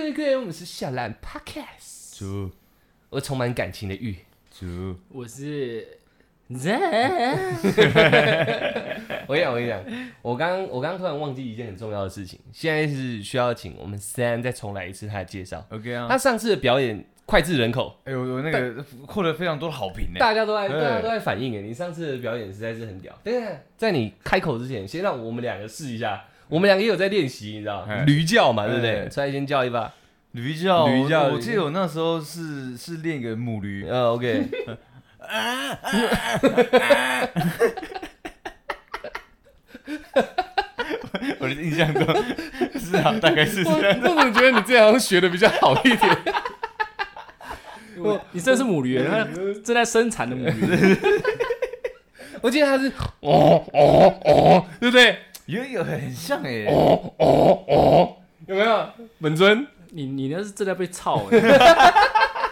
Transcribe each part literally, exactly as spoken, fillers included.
各位各位，我们是小兰 Podcast， 猪， 我充满感情的玉， 猪， 我是我跟你讲，我跟你讲，我刚我刚突然忘记一件很重要的事情，现在是需要请我们三再重来一次他的介绍。 OK 啊， 他上次的表演脍炙人口， 哎、欸，我我那个获得非常多的好评呢， 大家都在大家都在反映哎，你上次的表演实在是很屌。对啊，在你开口之前，先让我们两个试一下，我们两个也有在练习，你知道驴叫嘛，对不对？出来先叫一把驴叫， 驴叫。 我记得我那时候是是练个母驴， 呃 ，OK。 我的印象中是啊，大概是这样。 我怎么觉得你这样学的比较好一点？ 我你这是母驴，它正在生产的母驴。 我记得它是哦哦哦，对不对？ 有有很像哎， 哦哦哦，有没有？本尊， 你你那是正在被操哎。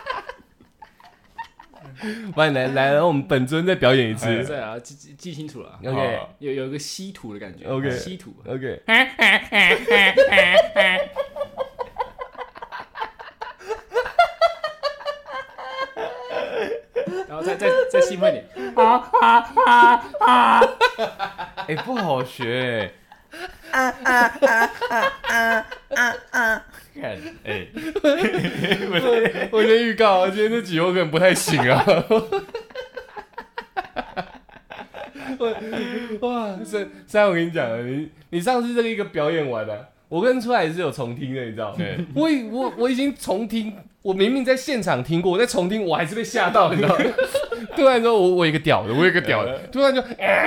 来来来，让我们本尊再表演一次。 对啊，记记记清楚了。 OK， 有有一个稀土的感觉。 OK， 稀土。 OK。 然后再再再兴奋一点。 哎，不好学哎。 看，哎， 我我先预告，今天这集我可能不太行啊。哇，三三，我跟你讲啊，你你上次这个一个表演完了、啊，我跟出来也是有重听的，你知道吗？我我我已经重听，我明明在现场听过，我在重听，我还是被吓到，你知道吗？突然说我我有一个屌的，我有一个屌的，突然就，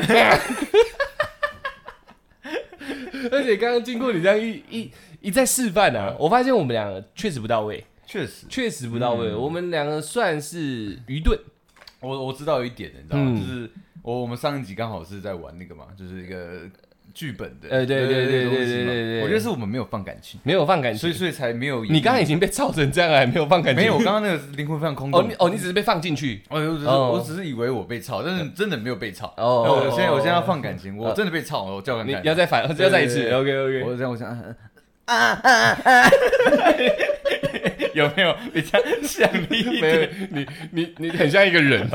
而且刚刚经过你这样一一。一再示范啊，我发现我们两个确实不到位， 确实确实不到位。嗯、我们两个算是愚钝。 我我知道有一点，你知道吗？嗯、就是我我们上一集刚好是在玩那个嘛，就是一个剧本的， 呃，对对对对对对对， 我觉得是我们没有放感情， 没有放感情， 所以所以才没有。 你刚刚已经被操成这样了，还没有放感情？ 没有，我刚刚那个灵魂非常空洞。 哦，你哦，你只是被放进去。 哦，我只是、哦、我只是以为我被操，但是真的没有被操。哦，我现在我现在要放感情，我真的被操，我叫看看。 你要再反，要再一次。OK OK。 我这样，我想。啊啊啊！有没有比较像你一点？ 你你你很像一个人，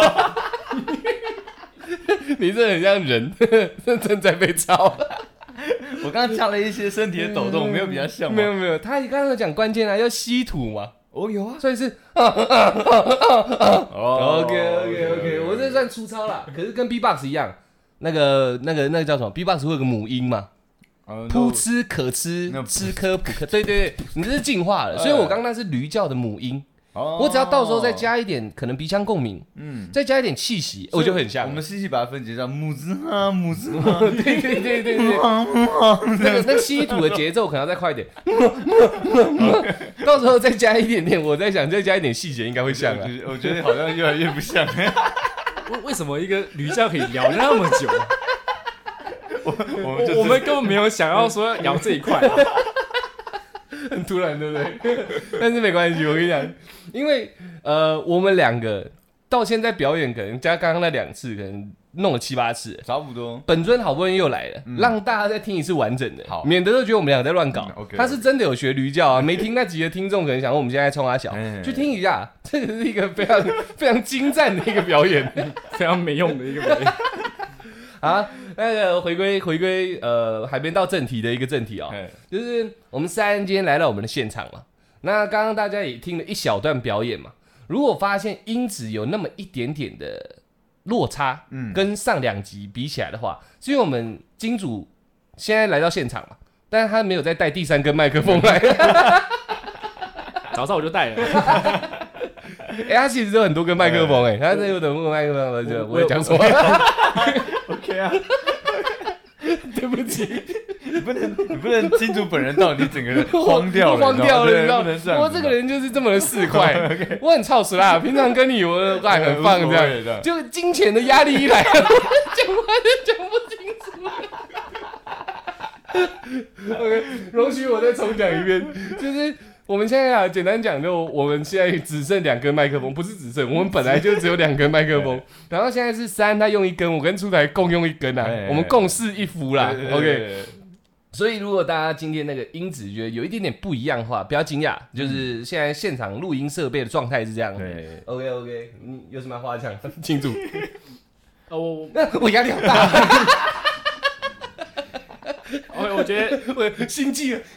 你这很像人，正在被操。 我刚刚加了一些身体的抖动，没有比较像吗？ 没有没有，他刚刚有讲关键啊，要稀土嘛。 哦，有啊， 所以是啊啊啊啊啊 OK OK OK， 我这算粗糙啦，可是跟 B-box 一样，那个那个那个叫什么 ？B-box 会有个母音嘛？扑吃可吃，吃科普科，对对对，你这是进化了。所以我刚刚那是驴叫的母音，我只要到时候再加一点可能鼻腔共鸣，嗯，再加一点气息，我就很像。 我们细细把它分解成母子哈母子哈， 对对对对对，那个那稀土的节奏可能要再快一点，到时候再加一点点，我在想再加一点细节应该会像啊。 我觉得好像越来越不像。 为什么一个驴叫可以摇那么久？ 我, 我, 们我们根本没有想要说要摇这一块、啊， 很突然，对不对？但是没关系，我跟你讲，因为呃，我们两个到现在表演，可能加刚刚那两次，可能弄了七八次， 差不多。 本尊好不容易又来了，嗯、让大家再听一次完整的， 好， 免得都觉得我们两个在乱搞。 嗯、okay, 他是真的有学驴叫啊，没听那集的听众可能想说我们现在冲他小，去听一下，这个是一个非常非常精湛的一个表演， 非常没用的一个表演。 啊，那个回归回归呃，还没到正题的一个正题哦，就是我们三今天来到我们的现场嘛。那刚刚大家也听了一小段表演嘛，如果发现音质有那么一点点的落差，嗯，跟上两集比起来的话，是因为我们金主现在来到现场嘛，但是他没有再带第三根麦克风来， 早上我就带了。 哎、欸，他其实有很多根麦克风，哎，他这有很多麦克风，我就我也讲错了。 OK 啊， 对不起， 你不能你不能金主本人到你整个人荒掉了， 荒掉了，你知道吗？我这个人人就是这么的市侩，我很操死啦。平常跟你我还很放这样，就金钱的压力一来，讲话就讲不清楚。OK， 容许我再重讲一遍，就是。我们现在啊，简单讲，就我们现在只剩两根麦克风，不是只剩，我们本来就只有两根麦克风，然后现在是三，他用一根，我跟出台共用一根啊，我们共侍一夫啦 ，OK。 所以如果大家今天那个音质觉得有一点点不一样的话，不要惊讶，就是现在现场录音设备的状态是这样。 对 ，OK OK， 你有什么话讲？清楚。 呃，我我压力好大。 我我觉得我心悸了。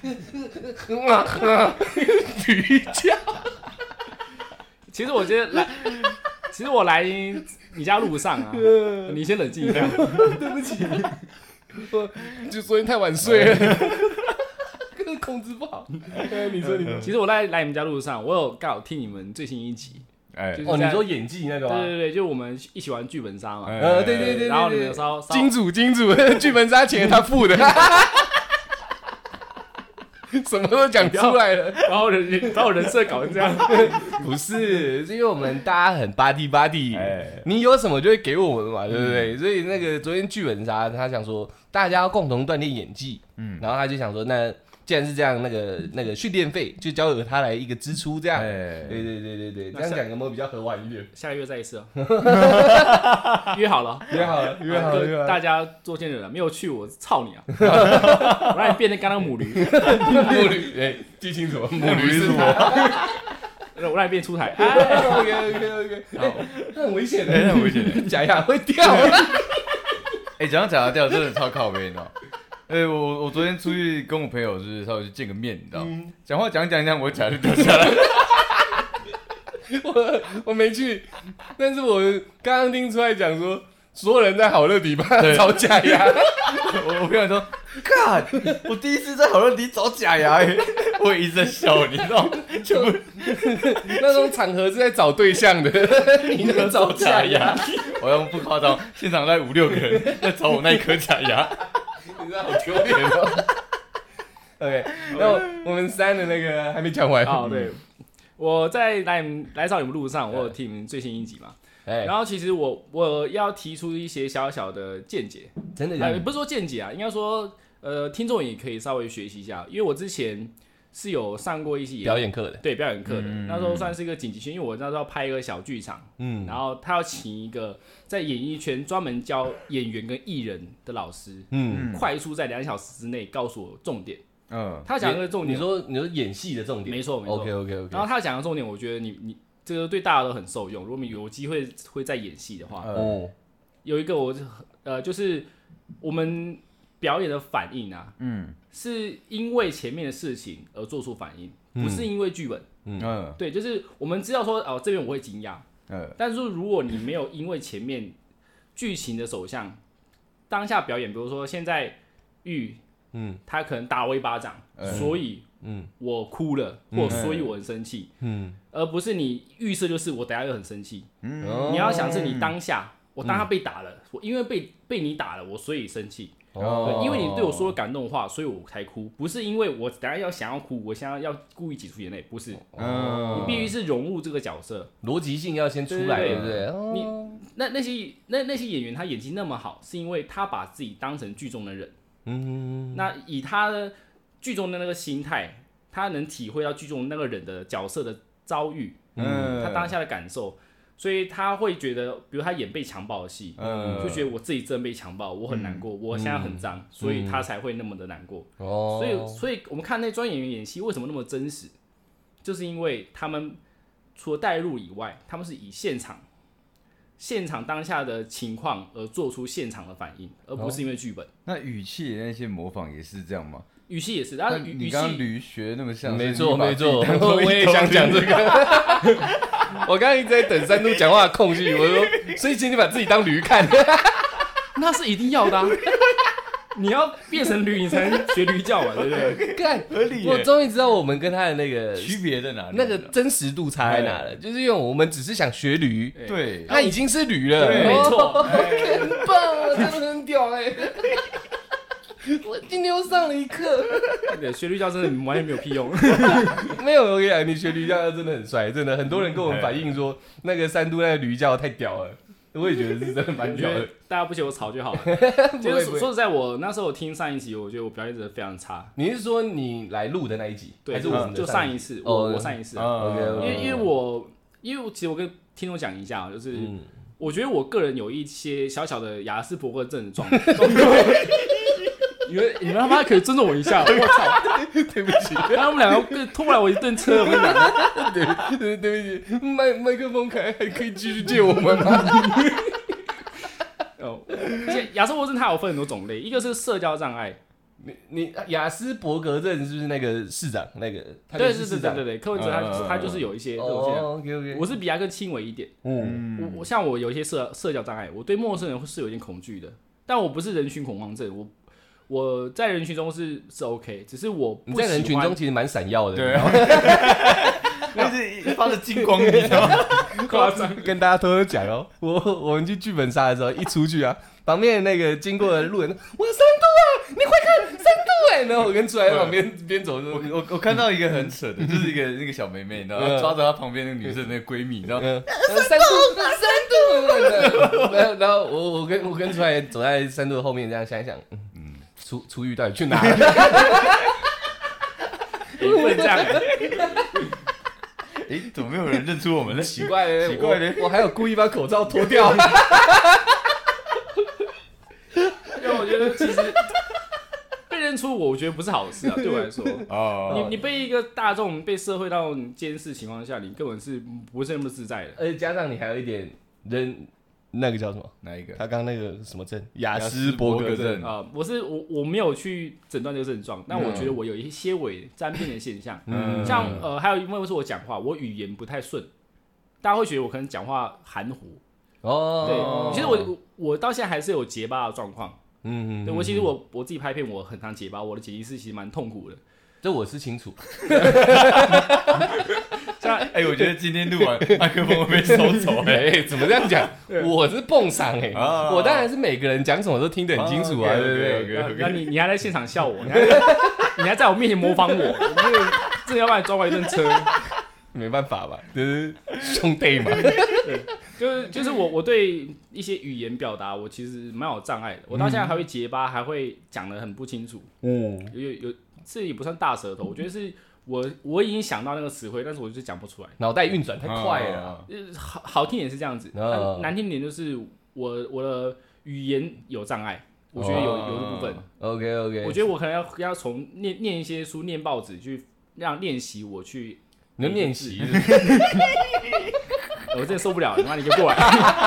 瑜伽。 其实我觉得来，其实我来你家路上啊，你先冷静一下。 对不起，我就昨天太晚睡了，控制不好。你说你说， 其实我在来你们家路上，我有刚好听你们最新一集。 哎， 哦，你说演技那个吗？ 对对对，就我们一起玩剧本杀嘛。 呃，对对对， 然后你们稍稍金主金主，剧本杀钱他付的。什么都讲出来了， 然后人把我人设搞成这样， 不是，是因为我们大家很巴蒂巴蒂，你有什么就会给我们嘛，对不对？所以那个昨天剧本杀，他想说大家要共同锻炼演技，嗯，然后他就想说，那既然是这样，那个那个训练费就交由他来一个支出，这样，对对对对对，这样讲有没有比较和缓一点？ 下个月再一次哦，约好了， 约好了，约好了， 大家做见证人，没有去我操你啊！我让你变得刚刚母驴， 母驴，哎，记清楚，母驴是我。 我让你变出台。 OK OK OK， 好，很危险的， 很危险的， 假牙会掉。 哎，讲到假牙掉，真的超靠背，你知道？哎，我我昨天出去跟我朋友就是稍微去见个面，你知道？讲话讲讲讲，我假牙就掉下来。 我我没去，但是我刚刚听出来讲说，所有人在好乐迪帮他找假牙。 我我朋友说，干，我第一次在好乐迪找假牙，哎，我也一直在笑，你知道吗？全部那种场合是在找对象的，你能找假牙？ 我要不夸张，现场在五六个人在找我那一颗假牙， 你知道好丢脸哦。OK， 那我们三的那个还没讲完。 哦，对。我在来来找你们路上，我有听你们最新一集嘛，欸、然后其实我我要提出一些小小的见解， 真的假的、 呃，不是说见解啊，应该说呃，听众也可以稍微学习一下，因为我之前是有上过一些表演课的， 对表演课的，嗯、那时候算是一个紧急训，因为我那时候要拍一个小剧场，嗯，然后他要请一个在演艺圈专门教演员跟艺人的老师，嗯，快速在两小时之内告诉我重点。嗯，他讲一个重点， 你说你说演戏的重点， 没错没错。 OK OK OK。 然后他讲的重点，我觉得你你这个对大家都很受用。如果你有机会会再演戏的话，哦，有一个我呃就是我们表演的反应啊，嗯，是因为前面的事情而做出反应，不是因为剧本。嗯，对，就是我们知道说哦这边我会惊讶，嗯，但是如果你没有因为前面剧情的走向，当下表演，比如说现在玉。嗯，他可能打我一巴掌，嗯、所以嗯我哭了，嗯、或所以我很生气，嗯，而不是你预设就是我等下又很生气，嗯，你要想是你当下，我当下被打了，嗯、我因为被被你打了，我所以生气，哦，因为你对我说了感动的话，所以我才哭，不是因为我等下要想要哭，我想要要故意挤出眼泪，不是，哦，你必须是融入这个角色， 逻辑性要先出来，对不对？ 哦、你那那些那那些演员他演技那么好，是因为他把自己当成剧中的人。嗯，那以他的剧中的那个心态，他能体会到剧中那个人的角色的遭遇，嗯，他当下的感受，所以他会觉得，比如他演被强暴的戏，嗯，就觉得我自己真被强暴，我很难过，嗯、我现在很脏，嗯、所以他才会那么的难过。哦，所以，所以我们看那专业演员演戏为什么那么真实，就是因为他们除了带入以外，他们是以现场。现场当下的情况而做出现场的反应，而不是因为剧本。哦、 那语气的那些模仿也是这样吗？ 语气也是，但语你刚刚驴学那么像， 没错没错，我也想讲这个。我刚刚一直在等三度讲话的空隙，我说，所以请你把自己当驴看， 那是一定要的、啊。你要变成驴，你才能学驴叫嘛，对不对？ 干，合理。我终于知道我们跟他的那个区别在哪里， 那个真实度差在哪了。就是因为我们只是想学驴， 对， 他已经是驴了， 没错， 很棒，真的很屌哎！我今天又上了一课。 对，学驴叫真的完全没有屁用。 没有，我跟你讲，你学驴叫真的很帅，真的很多人跟我们反映说，那个三都那个驴叫太屌了。我也觉得是真的蛮屌的， 大家不嫌我吵就好了。就是说实在，我那时候我听上一集，我觉得我表现真的非常差。 你是说你来录的那一集？ 对， 还是我们就上一次，我我上一次。 OK， 因为因为我因为其实我跟听众讲一下，就是我觉得我个人有一些小小的雅斯伯格症的状况。 你们你们他妈可以尊重我一下，我操！ 对不起， 然后我们两个拖不来我一顿车，我跟你讲， 对对对不起，麦麦克风还还可以继续借我们吗？ 哦，亚斯伯格症它有分很多种类，一个是社交障碍。 你你亚斯伯格症是不是那个市长那个？ 对对对对对对，柯文哲他他就是有一些这种现象。 OK OK， 我是比他更轻微一点。嗯，我我像我有一些社社交障碍，我对陌生人是有点恐惧的，但我不是人群恐慌症，我我在人群中是是 OK， 只是我不你在人群中其实蛮闪耀的， 对啊，就是发着金光，你知道吗？ 夸张，跟大家偷偷讲哦，我我们去剧本杀的时候，一出去啊，旁边那个经过的路人，哇，三度啊，你快看，三度哎！然后我跟出来旁边边走， 我我我看到一个很扯的，就是一个那个小妹妹，你知道吗？抓着她旁边那个女生那个闺蜜，你知道吗？ 三度，三度，然后然后我我跟我跟出来走在三度的后面，这样想一想，嗯嗯，出出狱到底去哪了？ 不能这样。 哎，怎么没有人认出我们呢？ 奇怪嘞， 奇怪嘞， 我还有故意把口罩脱掉。 因为我觉得其实被认出我，我觉得不是好事啊，对我来说。哦，你你被一个大众、被社会大众监视情况下，你根本是不是那么自在的。 而且加上你还有一点人，那个叫什么？ 哪一个？ 他刚刚那个什么症？亚斯伯格症啊、呃！我是我我没有去诊断这个症状，但我觉得我有一些微沾边的现象。嗯，像呃，还有因为是我讲话，我语言不太顺，大家会觉得我可能讲话含糊。哦，对，其实我我到现在还是有结巴的状况。嗯嗯，对我其实我我自己拍片，我很常结巴，我的剪辑师其实蛮痛苦的。 这我是清楚。 像哎、欸，我觉得今天录完麦克风会被收走哎、 欸，怎么这样讲？我是蹦嗓哎，啊、我当然是每个人讲什么都听得很清楚啊，对不对？ 那你你还在现场笑我，你还你还在我面前模仿我，我那个真的要把你抓过一顿车。 没办法吧，就是兄弟嘛。 对，就是就是我我对一些语言表达我其实蛮有障碍的，我到现在还会结巴，还会讲得很不清楚。嗯，有有有，这也不算大舌头，我觉得是我我已经想到那个词汇，但是我就是讲不出来， 脑袋运转太快了、啊。 好好听点是这样子，啊、难听点就是我我的语言有障碍，我觉得有、哦、有一部分。 OK OK， 我觉得我可能要要从念念一些书、念报纸去让练习我去。 你要练习， 我真的受不了，妈你给我过来！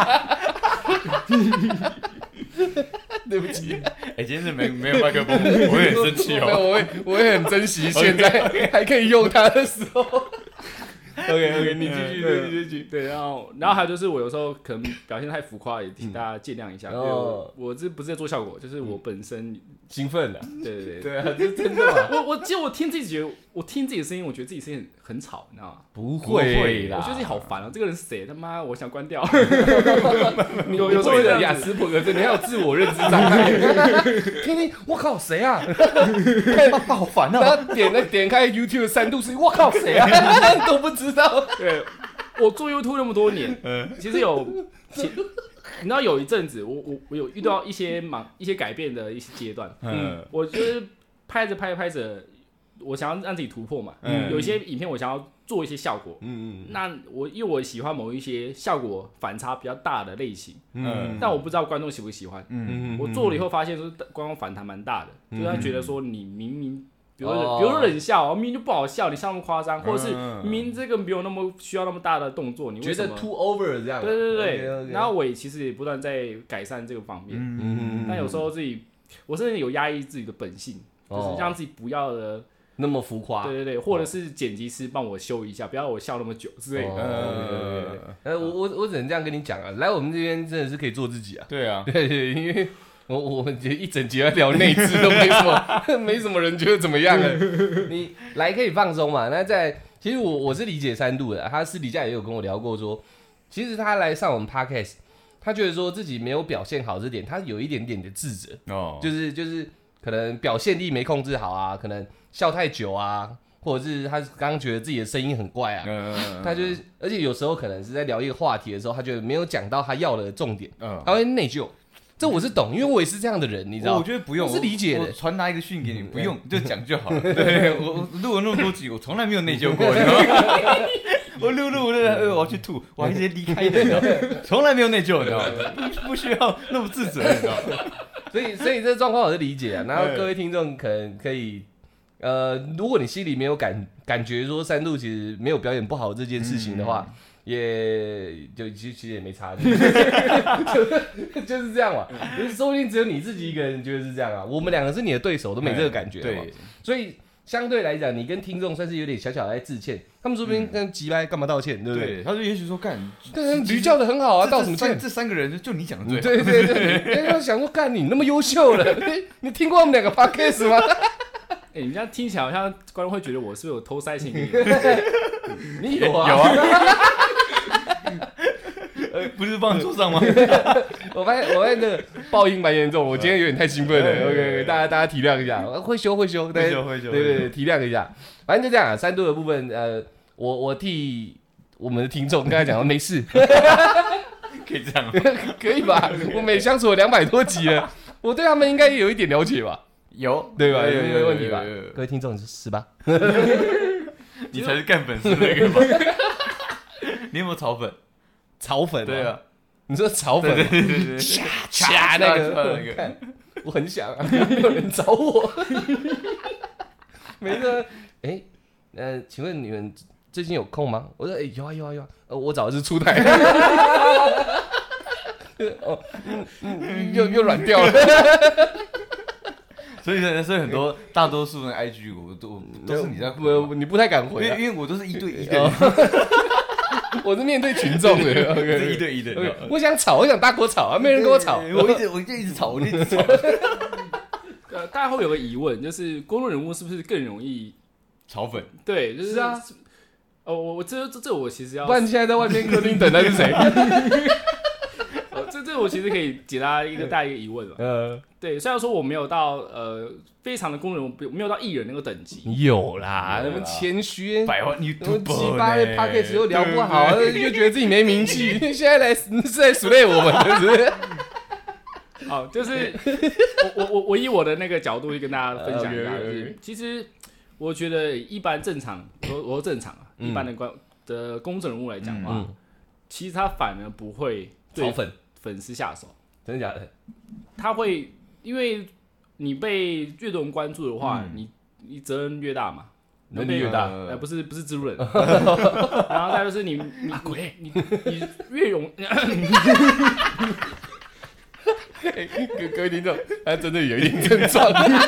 对不起， 哎、欸，今天是没没有麦克风，我会很生气哦。 我会我会很珍惜现在还可以用它的时候。OK OK， 你继续， 对继续。 对，然后然后还有就是我有时候可能表现太浮夸，也请大家见谅一下。嗯、我我这不是在做效果，就是我本身兴奋了。 对对对， 对啊，这真的嘛。 我我其实我听自己觉得，我听自己的声音，我觉得自己声音很很吵，你知道吗？ 不会啦， 我觉得自己好烦啊！这个人是谁？他妈，我想关掉。 有有时候有亚斯伯格症，你还有自我认知障碍。听听，我靠，谁啊？ 好烦啊！ 然后点那点开 YouTube 三度视，我靠，谁啊？都不知道。 对，我做 YouTube 那么多年，其实有，其你知道有一阵子，我我我有遇到一些忙一些改变的一些阶段。嗯，我就是拍着拍着拍着。我想要让自己突破嘛，嗯、有一些影片我想要做一些效果，嗯嗯，那我因为我喜欢某一些效果反差比较大的类型，嗯，但我不知道观众喜不喜欢，嗯嗯，我做了以后发现说观众反弹蛮大的，嗯、就是他觉得说你明明，比如说、哦、比如说冷笑，明明就不好笑，你笑那么夸张，或者是明明这个没有那么需要那么大的动作，你为什么觉得 too over 这样？ 对对对， okay, okay. 然后我也其实也不断在改善这个方面，嗯嗯，但有时候自己我甚至有压抑自己的本性，就是让自己不要的。 那么浮夸， 对对对，或者是剪辑师帮我修一下，不要我笑那么久之类的。 呃，呃，我我我只能这样跟你讲啊，来我们这边真的是可以做自己啊。 对啊， 对对，因为我我们一整集在聊内置都没什么，没什么人觉得怎么样了。你来可以放松嘛？那在其实我我是理解三度的，他私底下也有跟我聊过说，其实他来上我们 podcast， 他觉得说自己没有表现好这点，他有一点点的自责，哦，就是就是可能表现力没控制好啊，可能。笑太久啊，或者是他刚刚觉得自己的声音很怪啊，嗯、他就是，而且有时候可能是在聊一个话题的时候，他觉得没有讲到他要的重点，嗯、他会内疚。这我是懂，因为我也是这样的人，你知道？ 我觉得不用， 我是理解的。 我传达一个讯给你，不用就讲就好了。对，我录了那么多集，我从来没有内疚过，你知道吗？我录录录，我要去吐，我还直接离开的，你知道吗？从来没有内疚，你知道吗？不不需要那么自责，你知道吗？ 所以所以这个状况我是理解啊。然后各位听众可能可以，呃，如果你心里没有感感觉说三度其实没有表演不好这件事情的话，嗯、也就其实其实也没差，就, 就是这样嘛。就是说不定只有你自己一个人觉得是这样啊。我们两个是你的对手，都没这个感觉嘛。对，所以。相对来讲，你跟听众算是有点小小的在致歉，他们说不定跟急掰干嘛道歉，对不对？ 对，他就也许说干， 驴叫的很好啊，道什么歉？ 这三个人就你讲的对，对对对，他想说干你那么优秀了，你听过我们两个 podcast 吗？ 哎、欸，你这样听起来好像观众会觉得我是不是有偷塞情谊？ 你有啊？ 有啊。呃，不是放在桌上吗？ 我发现我发现那个爆音蛮严重，我今天有点太兴奋了。OK， 大家大家体谅一下，会修会修， 会修会修， 对对对，体谅一下。反正就这样啊，三度的部分，呃，我我替我们的听众跟他讲，没事， 可以这样， 可以吧？我们也相处了两百多集了，我对他们应该也有一点了解吧？ 有， 对吧？有没有问题吧？各位听众是吧？ 你才是干粉丝那个吧？你有没有炒粉？ 炒粉、啊， 对啊， 你说炒粉， 对对对对， 掐掐那个，那个我很想啊，没有人找我，没个，哎、欸，呃，请问你们最近有空吗？我说，哎、欸，有啊有啊有啊，呃，我找的是出台，哦，嗯嗯，又又软掉了。 所以，所以很多大多数的 I G 我都都是你在回， 我你不太敢回、 啊，因为因为我都是一对一的。 我是面对群众的， 是一对一的。 Okay, 我想吵，我想大锅吵啊，没人跟我吵， 我一直我就一直吵，我就一直吵。 呃，大家会有个疑问，就是公众人物是不是更容易炒粉？ 对，就是、 是啊。 哦，我我这这这我其实要， 不然现在在外面客厅等的是谁？ 呃，这这我其实可以解答一个大家一个疑问了。呃，对，虽然说我没有到呃非常的公众人物，没有到艺人那个等级。 有啦，那么谦虚， 百万 YouTuber， 七八的 podcast 又聊不好，又觉得自己没名气，现在来是在数落我们，是不是？ 哦，就是我我我我以我的那个角度去跟大家分享一下，就是其实我觉得一般正常，我我说正常啊，一般的观的公众人物来讲的话，其实他反而不会对炒粉粉丝下手， 真的假的？ 他会因为你被越多人关注的话，你你责任越大嘛。 能力越大， 呃，不是不是蜘蛛人，然后再就是你你鬼你你越容， 各各位听众，他真的有一点症状，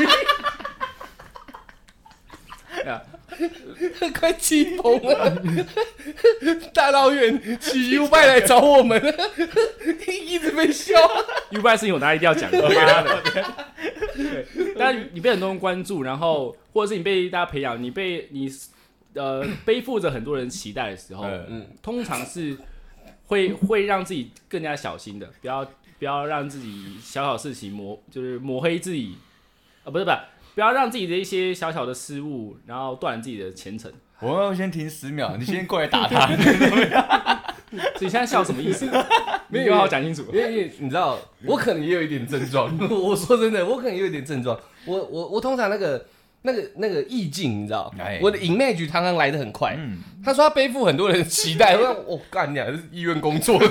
快气疯了！大老远骑 U 拜来找我们，一直被笑。 U 拜是有哪一定要讲的？妈的！对，但你被很多人关注，然后或者是你被大家培养，你被你呃背负着很多人期待的时候，嗯，通常是会会让自己更加小心的，不要不要让自己小小事情抹就是抹黑自己，啊、呃、不是不是，不要让自己的一些小小的失误，然后断了自己的前程。 我要先停十秒，你先过来打他。 所以你现在笑什么意思？没有好好讲清楚。 因为你知道，我可能也有一点症状。我说真的，我可能也有一点症状。我我我通常那个那个那个意境，你知道，哎、我的 image 常常来得很快。嗯、他说他背负很多人的期待，我说我干、哦、你啊，这是医院工作。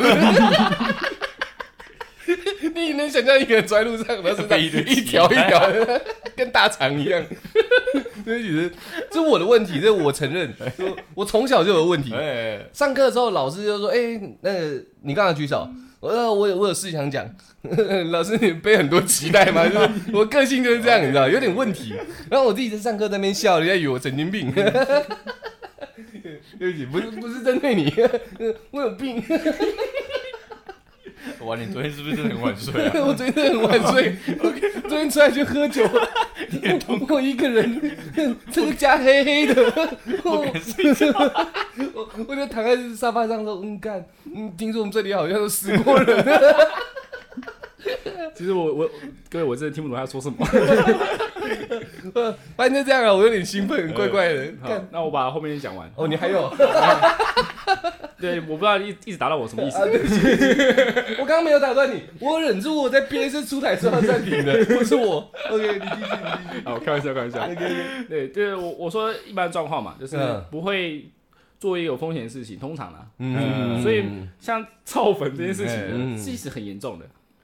你能想象一个人走在路上，然后身上一条一条的，跟大肠一样？所以其实这是我的问题，这我承认，我从小就有问题。上课的时候，老师就说：“哎、欸，那个你刚刚举手，我我有我有事想讲。老师，你背很多期待吗？就是我个性就是这样，你知道，有点问题。然后我自己在上课在那边笑，人家以为我神经病。对不起，不是不是针对你，我有病。” 哇，你昨天是不是真的很晚睡啊？ 我昨天真的很晚睡。OK， 昨天出来去喝酒，我一个人，这个家黑黑的，我我我就躺在沙发上说，嗯干，嗯，听说我们这里好像都死过人。 其实我我各位我真的听不懂他说什么。 反正就这样啊，我有点兴奋，怪怪的。 好，那我把后面讲完。 哦，你还有？ 对，我不知道一一直打到我什么意思。 啊、对不起，我刚刚没有打断你，我忍住我在憋是出台之后暂停的，不是我。OK， 你继续，你继续。 好，开玩笑，开玩笑。Okay. 对对，我我说一般状况嘛，就是不会做一个有风险的事情，通常啦。嗯。所以像造粉这件事情，嗯、其实很严重的。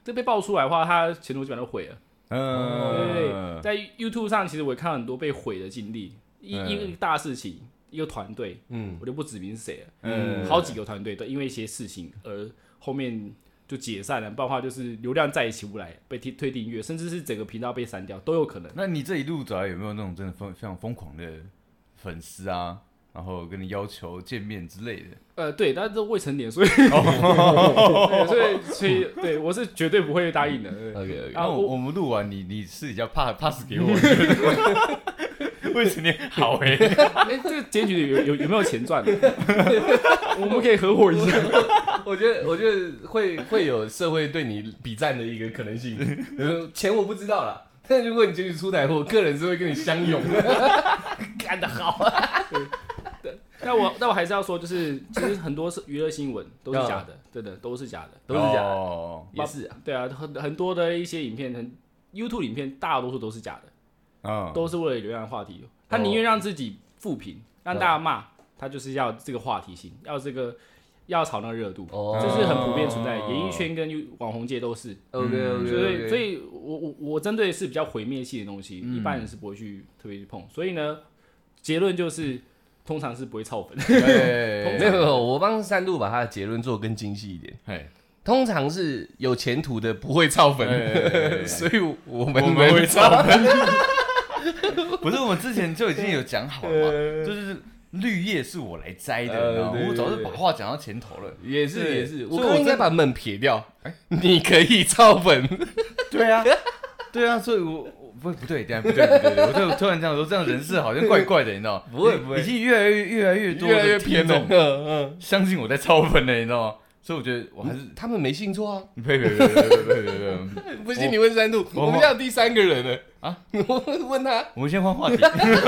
这被爆出来的话，他前途基本上都毁了。 嗯， 对，在 YouTube 上其实我也看到很多被毁的经历，一嗯一个大事情，一个团队， 嗯我就不指明是谁了， 嗯好几个团队都因为一些事情而后面就解散了，不然的话就是流量再也起不来，被推退订阅，甚至是整个频道被删掉都有可能。 那你这一路走来有没有那种真的非非常疯狂的粉丝啊？然后跟你要求见面之类的？ 呃，对，但是都未成年，所以，对所以，所以，对我是绝对不会答应的。 OK OK。 然后我我们录完，你你私底下 pass pass 给我，未成年好哎、欸。 哎，这个检举有有有没有钱赚？我们可以合伙一下。 我觉得我觉得会会有社会对你比战的一个可能性。钱我不知道啦，但如果你检举出台，我个人是会跟你相拥。干得好啊！ 但我但我还是要说，就是其实很多是娱乐新闻都是假的，真的都是假的， 都是假的， 哦、 也是啊。 对啊，很很多的一些影片，很 YouTube 影片大多数都是假的， 嗯， 都是为了流量话题。他宁愿让自己负评，让大家骂，他就是要这个话题性，要这个要炒那个热度， 哦这是很普遍存在，演艺圈跟网红界都是。 OK OK。 所以所以我我我针对是比较毁灭性的东西，一般人是不会去特别去碰。所以呢，结论就是。通常是不会操粉， 没有没有，我帮三度把他的结论做更精细一点。通常是有前途的不会操粉，所以我们我们会操粉。不是，我们之前就已经有讲好了嘛，就是绿叶是我来摘的，呃、我早就把话讲到前头了。 也是也是，我刚应该把门撇掉。你可以操粉， 对啊，对啊，所以我。不不对，等下不对不对，我突突然这样说，这样人设好像怪怪的，你知道吗？ 不会不会， 已经越来越越来越多的听众相信我在操粉了，你知道吗？所以我觉得我还是他们没信错啊！ 呸呸呸呸呸呸呸！ 不信你问三度，我们家有第三个人了啊！我问他， 我们先换话题。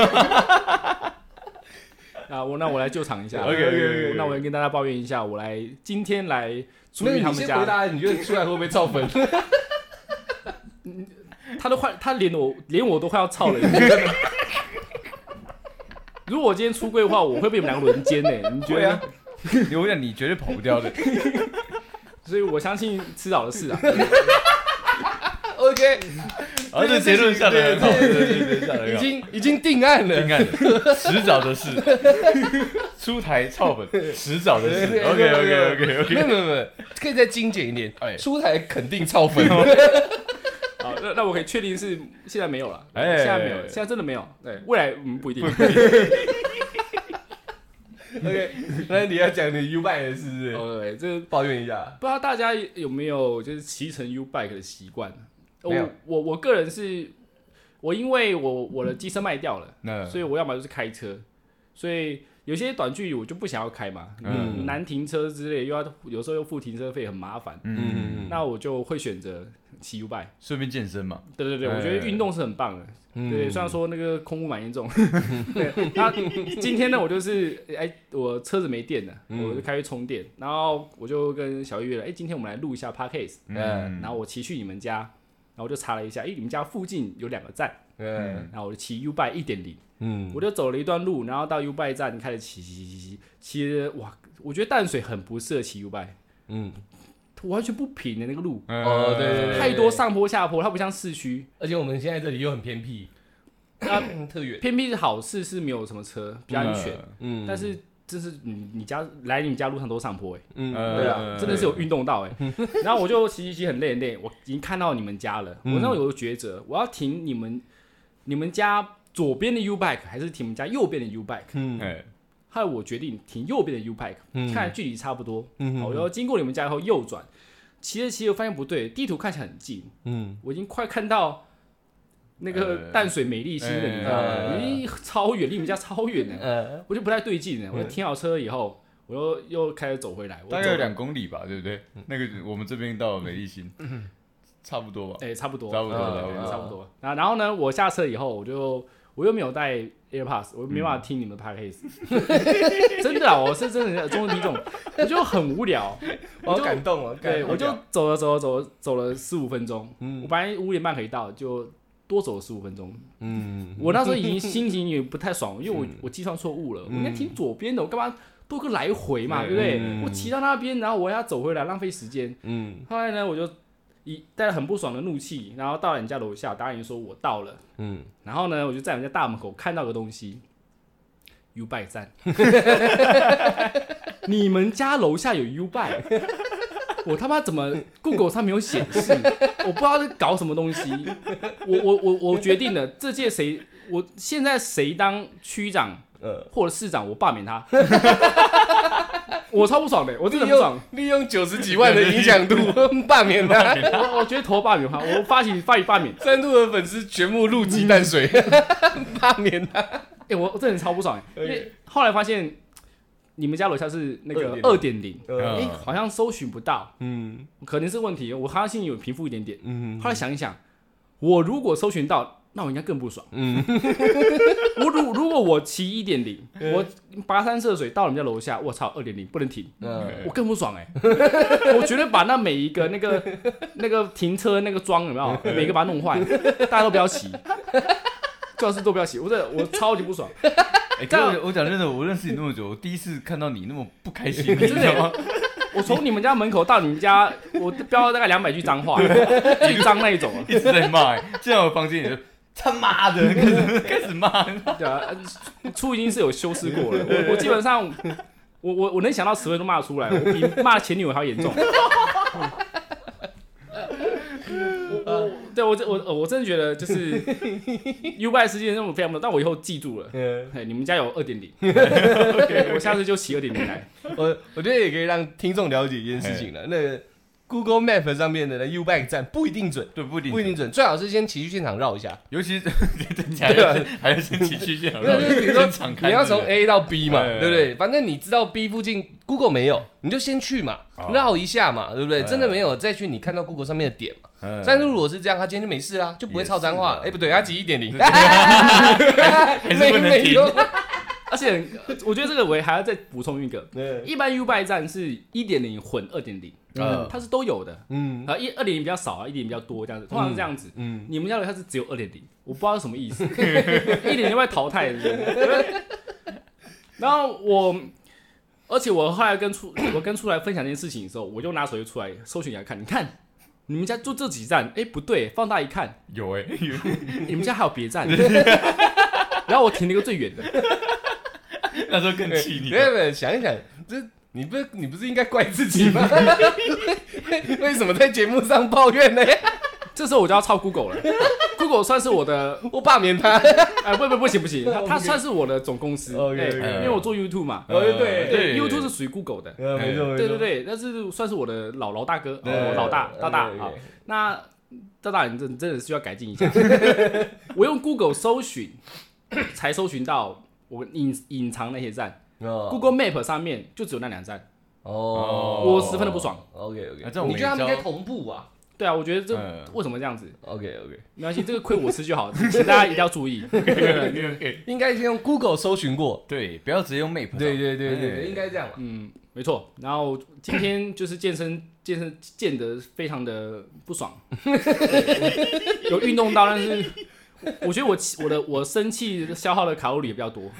啊，我那我来救场一下。 OK OK， 那我跟大家抱怨一下，我来今天来出于他们家。 你先回答，你觉得出来会不会造粉？ 他都快，他连我连我都快要操了。如果我今天出柜的话，我会被你们两个轮奸呢。你觉得？ 我想你绝对跑不掉的。 所以我相信迟早的事啊。 OK， 而这结论下来了， 已经已经定案了， 定案了，迟早的事。出台操粉，迟早的事。OK OK OK OK， 没有没有没有，可以再精简一点。出台肯定操粉。 好，那那我可以确定是现在没有了， 哎， 现在没有，现在真的没有，对，未来嗯不一定。 OK， 那你要讲你 U bike 的事是不是？ 哦，对，这抱怨一下， 不知道大家有没有就是骑乘 U bike 的习惯？ 没有， 我我我个人是，我因为我我的机车卖掉了，所以我要么就是开车，所以。有些短距离我就不想要开嘛，嗯，难停车之类，又要有时候又付停车费，很麻烦，嗯，那我就会选择骑 U bike， 顺便健身嘛。 对对对，我觉得运动是很棒的，嗯、对，虽然说那个空污蛮严重，对，那今天呢，我就是哎，我车子没电了，我就开去充电，然后我就跟小玉约了，哎，今天我们来录一下 podcast， 嗯，然后我骑去你们家，然后我就查了一下，哎，你们家附近有两个站，嗯，然后我就骑 U bike 一点零。嗯，我就走了一段路，然后到 U bike 站开始骑骑骑骑骑，骑的哇，我觉得淡水很不适合骑 U bike， 嗯，完全不平的那个路， 哦对对对， 太多上坡下坡，它不像市区， 而且我们现在这里又很偏僻，啊特远， 偏僻是好事，是没有什么车，比较安全，嗯，但是就是你你家来你们家路上都上坡哎，嗯，对啊，真的是有运动到哎，然后我就骑骑骑很累很累，我已经看到你们家了，我那有个抉择，我要停你们你们家。左边的 U bike 还是停我们家右边的 U bike？ 嗯，后来我决定停右边的 U bike，、嗯、看来距离差不多。嗯，好，然后经过你们家以后右转，骑着骑着发现不对，地图看起来很近。嗯，我已经快看到那个淡水美丽新了，你知道吗？已经超远，离你们家超远了。呃，我就不太对劲了。我就停好车以后，我又又开始走回来， 大概有两公里吧，对不对？那个我们这边到美丽新。差不多吧， 哎、欸，差不多， 差不多， 嗯、差不多。然然后呢，我下车以后，我就我又没有带 AirPods， 我没办法听你们的 Podcast，、嗯、真的啊，我是真的中文听众，我就很无聊， 我好感动啊， 对，我就走了走了走了走了十五分钟，嗯，我本来五点半可以到，就多走了十五分钟，嗯，我那时候已经心情也不太爽，因为我、嗯、我计算错误了，我应该停左边的，我干嘛多个来回嘛，嗯、对不对？嗯、我骑到那边，然后我要走回来，浪费时间，嗯，后来呢，我就。 一带着很不爽的怒气，然后到了人家楼下，答应说我到了，嗯，然后呢，我就在人家大门口看到个东西 ，U Bike 站，你们家楼下有 U Bike， 我他妈怎么 Google 上没有显示？我不知道在搞什么东西，我我我我决定了，这届谁，我现在谁当区长？呃，或者市长，我罢免他，我超不爽的，我真的不爽。 利用九十几万的影响度罢免他， 我我觉得投罢免他，我发起发起罢免。 三度的粉丝全部入鸡蛋水，罢免他。 哎、欸，我真的超不爽，因为后来发现你们家楼下是那个二点零，哎，好像搜寻不到，嗯，可能是问题，我好像心里有平复一点点。嗯，后来想一想，我如果搜寻到。那我应该更不爽。嗯，我如如果我骑一点零，我跋山涉水到人家楼下，我操，二点零不能停，嗯、我更不爽哎、欸！我绝对把那每一个那个那个停车那个桩有没有，每个把它弄坏，大家都不要骑，最好是都不要骑，我这我超级不爽。 哎、欸，我我讲真的，我认识你那么久，我第一次看到你那么不开心，你知道吗？ 我从你们家门口到你们家，我飙了大概两百句脏话，最脏那一种， 一直在骂、欸。进到我房间，你就。他妈的，开始开始骂， 对啊，初已经是有修饰过了。我我基本上，我我我能想到词汇都骂得出来，我比骂前女友还要严重。我对我我我真的觉得就是 U Bike 事件那种非常多，但我以后记住了。嗯，你们家有二点零，我下次就骑二点零来。 我我觉得也可以让听众了解一件事情了，那个。Google Map 上面的 U Bike 站不一定准， 对，不一定不一定准，最好是先骑去现场绕一下， 尤其是对啊，还是先骑去现场绕。 比如说你要从 A 到 B 嘛，对不对？反正你知道 B 附近 Google 没有，你就先去嘛，绕一下嘛，对不对？真的没有再去，你看到 Google 上面的点嘛。但是如果是这样，他今天就没事啦，就不会操脏话。哎，不对，他骑一点零， 还是不能停。 而且我觉得这个我还要再补充一个，一般 U Bike 站是一点零混二点零，它是都有的，嗯，啊一二点零比较少啊，一点零比较多这样子，通常是这样子，嗯，你们家的它是只有二点零，我不知道是什么意思，一点零会淘汰的，然后我，而且我后来跟出我跟出来分享这件事情的时候，我就拿手机出来搜寻给他看，你看你们家就这几站，哎不对，放大一看有哎， 你们家还有别站，然后我停了一个最远的。 那时候更气你。 没有没有，想一想，这你不是你不是应该怪自己吗？为什么在节目上抱怨呢？ 这时候我就要抄 Google 了。Google 算是我的， 我罢免他。 哎，不不不行不行，他他算是我的总公司。 OK， 因为我做 YouTube 嘛。 哦对对 ，YouTube 是属于 Google 的。 没错没错。 对对对，但是算是我的老老大哥，老大大大啊。那大大你真真的需要改进一下。我用 Google 搜寻，才搜寻到。我隐隐藏那些站、哦、，Google Map 上面就只有那两站，哦，我十分的不爽。 OK OK，、啊、你觉得他们应该同步啊？ 对啊，我觉得这、嗯、为什么这样子 ？OK OK， 没关系，这个亏我吃就好，请大家一定要注意。 应该先用 Google 搜寻过， 对，不要直接用 Map。 对对对对对，应该这样嘛。 嗯，没错。然后今天就是健身，健身健得非常的不爽，有运动到，但是。我觉得我我的我生气消耗的卡路里也比较多。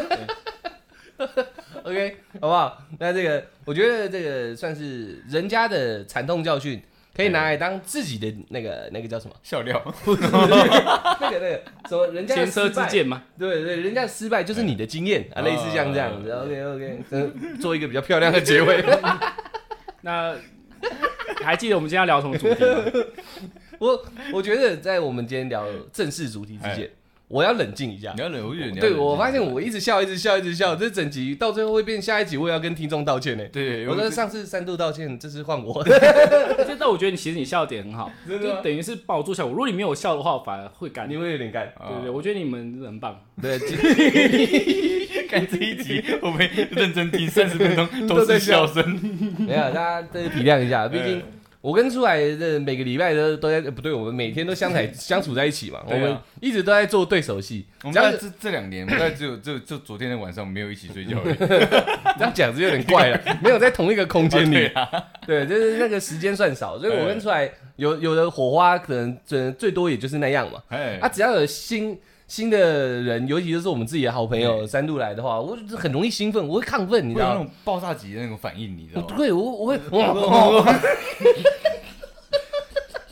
OK， 好不好？那这个我觉得这个算是人家的惨痛教训，可以拿来当自己的那个那个叫什么笑料？ 那个那个什么人家前车之鉴嘛？ 对对，人家的失败就是你的经验啊，类似像这样子。OK OK， 做一个比较漂亮的结尾。 那还记得我们今天要聊什么主题吗？ 我我觉得在我们今天聊正式主题之前，我要冷静一下。 你要冷，我觉得对我发现我一直笑，一直笑，一直笑，这整集到最后会变下一集，我也要跟听众道歉呢。 对， 我说上次三度道歉，这次换我。 但我觉得你其实你笑的点很好，就等于是帮我做效果。如果你没有笑的话，反而会干， 你会有点干。 对对，我觉得你们很棒。 对， 看这一集我们认真听三十分钟都是笑声。 没有，大家都体谅一下，毕竟。我跟出来的每个礼拜都都在、呃、不对，我们每天都相处相处在一起嘛，啊、我们一直都在做对手戏。 我们在这这两年，我们在只有就就昨天的晚上没有一起睡觉而已。 这样讲是有点怪了，没有在同一个空间里。哦、对, 对，就是那个时间算少，所以我跟出来有有的火花可能最最多也就是那样嘛。啊，只要有新。新的人，尤其就是我们自己的好朋友三度来的话，我很容易兴奋，我会亢奋，你知道吗？ 有那种爆炸级的那种反应，你知道吗？ 对，我我会，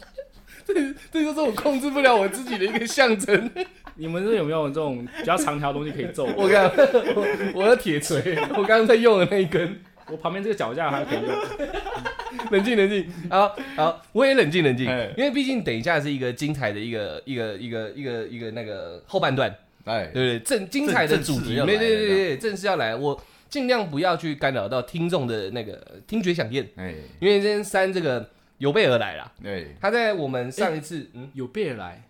这就是我控制不了我自己的一个象征。 你们这有没有这种比较长条的东西可以揍我？ 我刚我我的铁锤，我刚刚在用的那一根， 我旁边这个脚架还可以用。 冷静冷静，好好，我也冷静冷静，因为毕竟等一下是一个精彩的一个一个一个一个一个那个后半段，哎，对不对？正精彩的主题，对对对对，正式要来，我尽量不要去干扰到听众的那个听觉响应，哎，因为今天三这个有备而来啦，对，他在我们上一次嗯有备而来。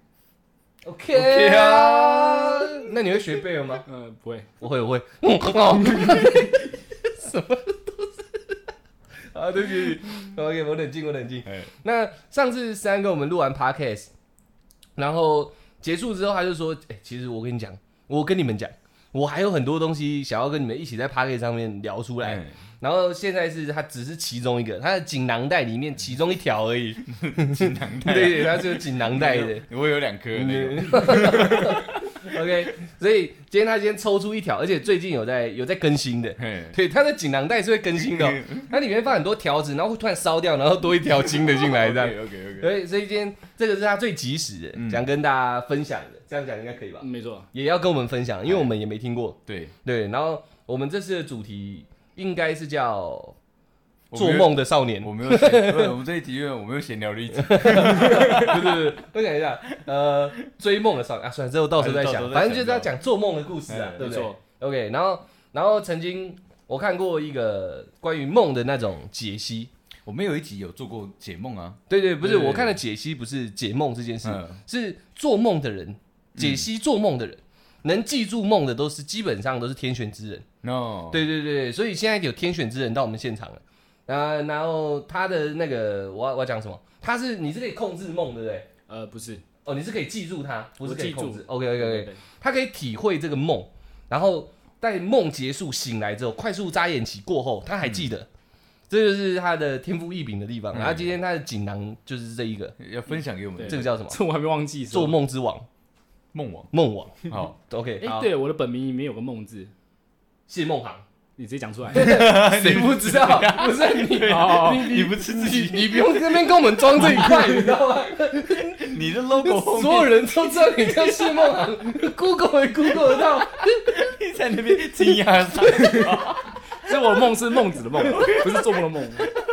OK 啊，那你会学贝尔吗？ 嗯、呃，不会， 我会，我会。嗯，好，什么都是。啊，对不起 ，OK， 我冷静，我冷静。那上次三跟我们录完 Podcast， 然后结束之后，他就说：“哎、欸，其实我跟你讲，我跟你们讲，我还有很多东西想要跟你们一起在 Podcast 上面聊出来。”然后现在是它只是其中一个，它的锦囊袋里面其中一条而已。 锦囊袋， 对，它是锦囊袋的。 我有两颗那个。OK， 所以今天他今天抽出一条，而且最近有在有在更新的。对，它的锦囊袋是会更新的、哦，它里面放很多条子，然后会突然烧掉，然后多一条新的进来这样。 OK OK OK。 所以所以今天这个是他最及时的，想跟大家分享的，这样讲应该可以吧？ 没错， 也要跟我们分享，因为我们也没听过。 对对，然后我们这次的主题。应该是叫做梦的少年。 我没有写，我们这一集因为我没有闲聊的一集。对对对，我想一下，呃，追梦的少年啊，算了，之后到时候再想，反正就是要讲做梦的故事啊，对不对 ？OK， 然后然后曾经我看过一个关于梦的那种解析， 我们有一集有做过解梦啊。 对对，不是我看的解析，不是解梦这件事，是做梦的人解析做梦的人。能记住梦的都是基本上都是天选之人 ，no， 对对对，所以现在有天选之人到我们现场了，啊，然后他的那个我要我要讲什么？他是你是可以控制梦，对不对？ 呃，不是， 哦，你是可以记住它，不是可以控制。OK OK OK， 他可以体会这个梦，然后在梦结束醒来之后，快速眨眼期过后，他还记得，嗯、这就是他的天赋异禀的地方。嗯、然后今天他的锦囊就是这一个， 要分享给我们。 这个叫什么？ 这我还没忘记。 做梦之王。 梦王， 梦王，好 ，OK， 哎、欸，对，我的本名里面有个梦字， 谢梦航， 你直接讲出来， 谁不知道？不是你， 你你不是自己， 你不用这边跟我们装这一块，你知道吗？ 你的 logo 所有人都知道你叫谢梦航 ，Google 也 Google 得到， 你在那边惊讶上， 所以我的梦是孟子的梦，不是做梦的梦。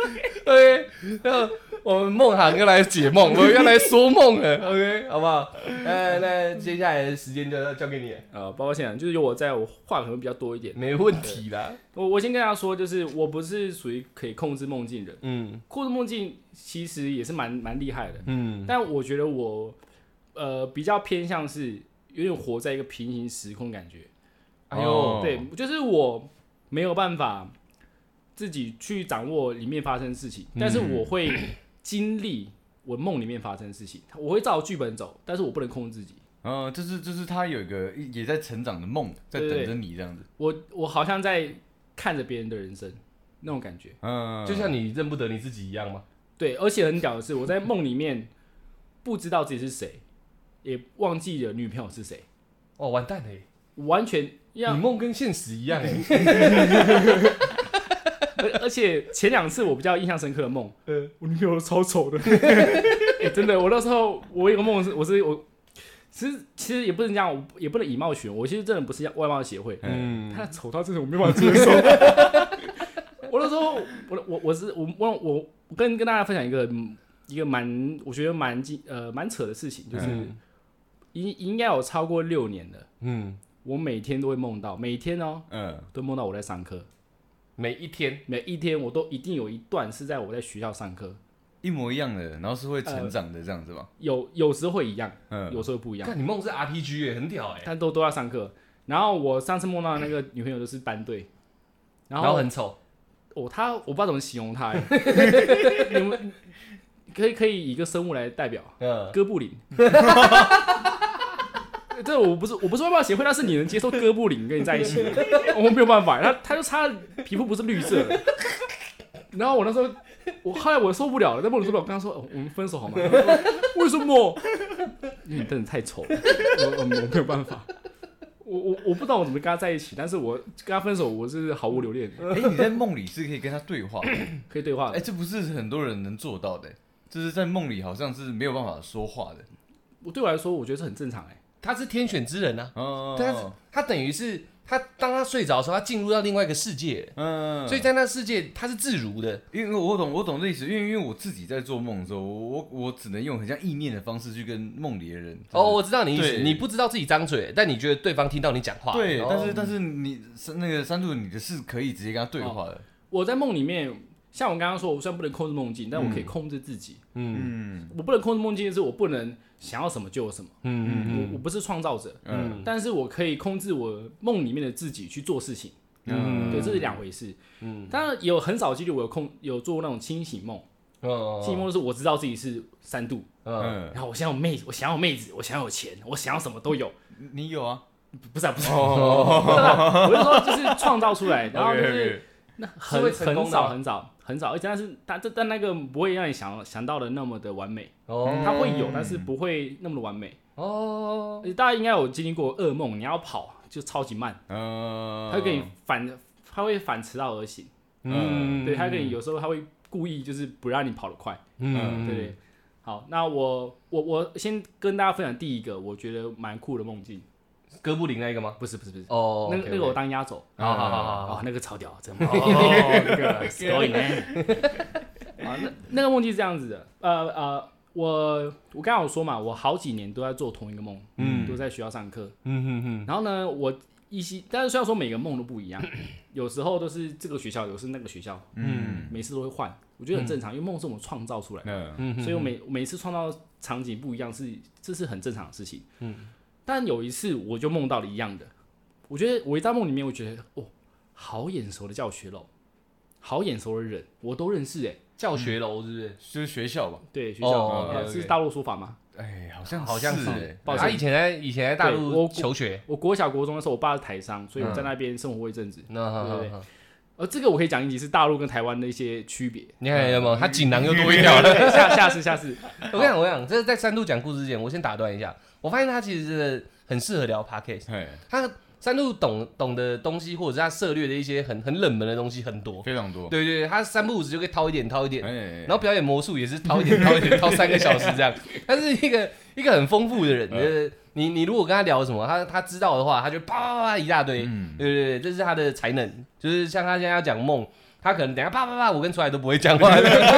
OK， 那我们梦航要来解梦，我要来说梦了 ，OK， 好不好？呃，那接下来的时间就要交给你了。 呃，抱歉，就是有我在，我话可能比较多一点。 没问题啦。 我我先跟大家说，就是我不是属于可以控制梦境人。嗯，控制梦境其实也是蛮蛮厉害的。嗯，但我觉得我呃比较偏向是有点活在一个平行时空的感觉。哎呦，对，就是我没有办法自己去掌握里面发生的事情，但是我会经历我梦里面发生的事情，我会照剧本走，但是我不能控制自己。 嗯，就是就是他有一个也在成长的梦，在等着你这样子。 我我好像在看着别人的人生那种感觉， 嗯，就像你认不得你自己一样吗？ 对，而且很屌的是，我在梦里面不知道自己是谁，也忘记了女朋友是谁。 哦，完蛋了， 完全一样， 你梦跟现实一样哎。 而且前两次我比较印象深刻的梦，呃，我女朋友超丑的，欸，真的，我那时候我有个梦是，我是我，其实其实也不能这样，也不能以貌取人，我其实真的不是外貌协会，嗯，他丑到这种我没办法接受。我那时候，我我我是我我我跟跟大家分享一个一个蛮我觉得蛮呃蛮扯的事情，就是应应该有超过六年了，嗯，我每天都会梦到，每天哦，嗯，都梦到我在上课。 每一天， 每一天我都一定有一段是在我在学校上课， 一模一样的，然后是会成长的这样子吗？ 呃、有有时候会一样，嗯，有时候不一样。 看你梦是 R P G 耶，很屌哎， 但都都要上课。然后我上次梦到的那个女朋友就是班队，然后, 然后很丑， 哦，她我不知道怎么形容她，你们可以可以以一个生物来代表，嗯，哥布林。这我不是我不是外貌协会，但是你能接受哥布林跟你在一起，我没有办法。他他就差皮肤不是绿色的，然后我那时候我后来我受不了了，在梦里受不了，我跟他说、哦、我们分手好吗？为什么？因为你真的太丑了，我 我, 我没有办法。我我我不知道我怎么跟他在一起，但是我跟他分手，我是毫无留恋。 哎、欸，你在梦里是可以跟他对话的， 可以对话的。 哎、欸，这不是很多人能做到的。 就是在梦里好像是没有办法说话的。 我对我来说，我觉得是很正常哎、欸。 他是天选之人啊， 哦， 他他等于是他当他睡着的时候，他进入到另外一个世界，嗯，所以在那世界他是自如的。 因为我懂我懂这意思，因为因为我自己在做梦的时候，我我只能用很像意念的方式去跟梦里的人。 哦，我知道你意思，你不知道自己张嘴，但你觉得对方听到你讲话。 对，哦、但是但是你那个三度，你的是可以直接跟他对话的。哦、 我在梦里面。像我刚刚说，我虽然不能控制梦境，但我可以控制自己。嗯，我不能控制梦境的是，我不能想要什么就有什么。嗯嗯嗯，我我不是创造者。嗯，但是我可以控制我梦里面的自己去做事情。嗯，对，这是两回事。嗯，当然有很少几率我有控有做那种清醒梦。哦，清醒梦就是我知道自己是三度。嗯，然后我想要妹子，我想要妹子，我想要有钱，我想要什么都有。 你有啊？ 不是啊，不是。哦，我是说就是创造出来，然后就是。那很很少很少很少，但是但但那个不会让你想想到的那么的完美哦，它会有，但是不会那么的完美哦。大家应该有经历过噩梦，你要跑就超级慢，它会给你反，它会反其道而行，嗯，对，它给你有时候它会故意就是不让你跑得快，嗯，对对。好，那我我我先跟大家分享第一个，我觉得蛮酷的梦境。 哥布林那个吗？ 不是不是不是哦， 那那个我当压轴， 好好好好， 哦，那个超屌，真的，哦，那个 story 呢？啊，那那个梦境是这样子的，呃呃，我我刚刚有说嘛，我好几年都在做同一个梦，嗯，都在学校上课，嗯哼哼，然后呢，我依稀，但是虽然说每个梦都不一样，有时候都是这个学校，有时候那个学校，嗯，每次都会换，我觉得很正常，因为梦是我们创造出来的，嗯，所以我每每次创造场景不一样，是这是很正常的事情，嗯。但有一次我就梦到了一样的，我觉得我一在梦里面，我觉得哦，好眼熟的教学楼，好眼熟的人，我都认识哎。 教学楼是不是？ 就是学校吧？ 对，学校、哦呃、是大陆说法吗？ 哎，好像好像是哎。 他以前在以前在大陆求学我。我国小国中的时候，我爸是台商，所以我在那边生活过一阵子。嗯、对对对。而这个我可以讲一集是大陆跟台湾的一些区别。 你看有没有？他锦囊又多一条了。 下下次下次。 我跟你讲，我跟你讲，这是在三度讲故事之前，我先打断一下。我发现他其实真的很适合聊 podcast， 他三度懂懂的东西，或者是他涉猎的一些很很冷门的东西很多， 非常多。 对对对，他三不五时就可以掏一点掏一点，然后表演魔术也是掏一点掏一点，掏三个小时这样。他是一个一个很丰富的人，就是你你如果跟他聊什么，他他知道的话，他就啪啪啪一大堆。嗯、对对对，这是他的才能，就是像他现在要讲梦，他可能等一下啪啪啪，我跟出来都不会讲话。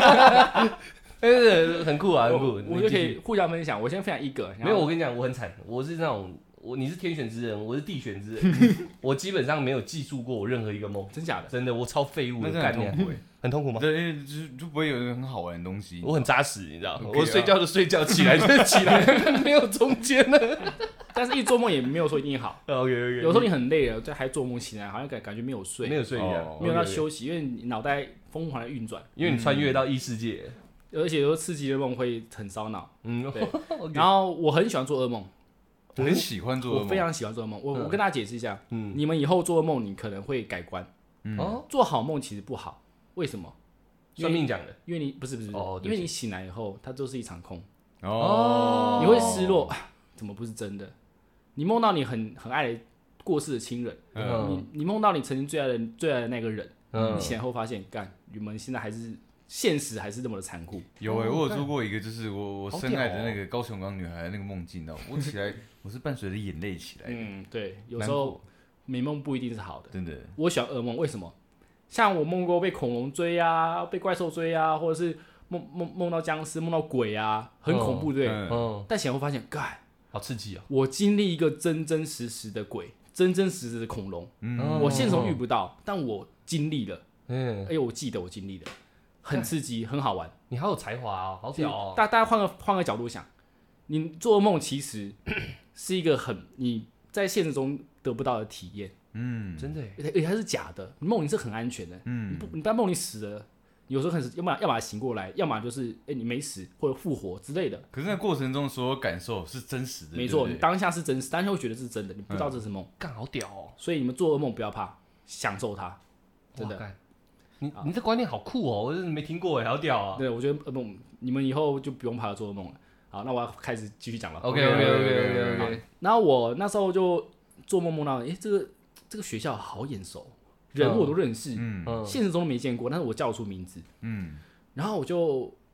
对，很酷啊，很酷。 我就可以互相分享。我先分享一个。 没有，我跟你讲，我很惨，我是那种我你是天选之人，我是地选之人。我基本上没有记住过我任何一个梦， 真假的？ 真的，我超废物的概念，很痛苦吗？ 对，就就不会有一个很好玩的东西。 我很扎实，你知道，我睡觉就睡觉，起来就起来，没有中间的。 但是，一做梦也没有说一定好。 OK OK。 有时候你很累了，就还做梦起来，好像感感觉没有睡， 没有睡一样， 没有要休息，因为你脑袋疯狂的运转， 因为你穿越到异世界。 而且有时候刺激的梦会很烧脑，嗯，对。然后我很喜欢做噩梦， 我很喜欢做噩梦， 我非常喜欢做噩梦。我、嗯、我跟大家解释一下，嗯，你们以后做噩梦，你可能会改观，嗯，做好梦其实不好，为什么？ 算命讲的， 因为你不是不是，哦、因为你醒来以后，它就是一场空， 哦， 你会失落，啊、怎么不是真的？你梦到你很很爱的过世的亲人，嗯、你你梦到你曾经最爱的最爱的那个人，嗯、你醒来后发现，干，你们现在还是。现实还是这么的残酷。 有诶、欸，我有做过一个，就是我我深爱的那个高雄港女孩的那个梦境，我起来我是伴随着眼泪起来的。 嗯，对，有时候美梦不一定是好的。 真的， 我喜欢噩梦，为什么？像我梦过被恐龙追啊，被怪兽追啊，或者是梦梦梦到僵尸、梦到鬼啊，很恐怖，对。嗯。但醒来后发现，干， 好刺激啊！ 我经历一个真真实实的鬼，真真实实的恐龙。嗯。我现实中遇不到，但我经历了。嗯。哎呦，我记得我经历了。很刺激，很好玩。 你好有才华哦，好屌哦！ 大大家换个换个角度想，你做梦其实是一个很你在现实中得不到的体验。 嗯，真的耶， 而且它是假的。梦里是很安全的。嗯，你不你在梦里死了，有时候很要么要么醒过来，要么就是哎、欸、你没死或者复活之类的。 可是那过程中所有感受是真实的。 没错，你当下是真实，当下会觉得是真的，你不知道这是梦。 干、嗯、好屌哦！ 所以你们做噩梦不要怕，享受它，真的。 你你这观念好酷哦，我真的没听过哎，好屌啊！ 对，我觉得噩梦，你们以后就不用怕做噩梦了。好，那我要开始继续讲了。 OK OK OK OK OK。 然后我那时候就做梦梦到，哎、欸，这个这个学校好眼熟，人我都认识，嗯，现实中都没见过，但是我叫得出名字，嗯，然后我就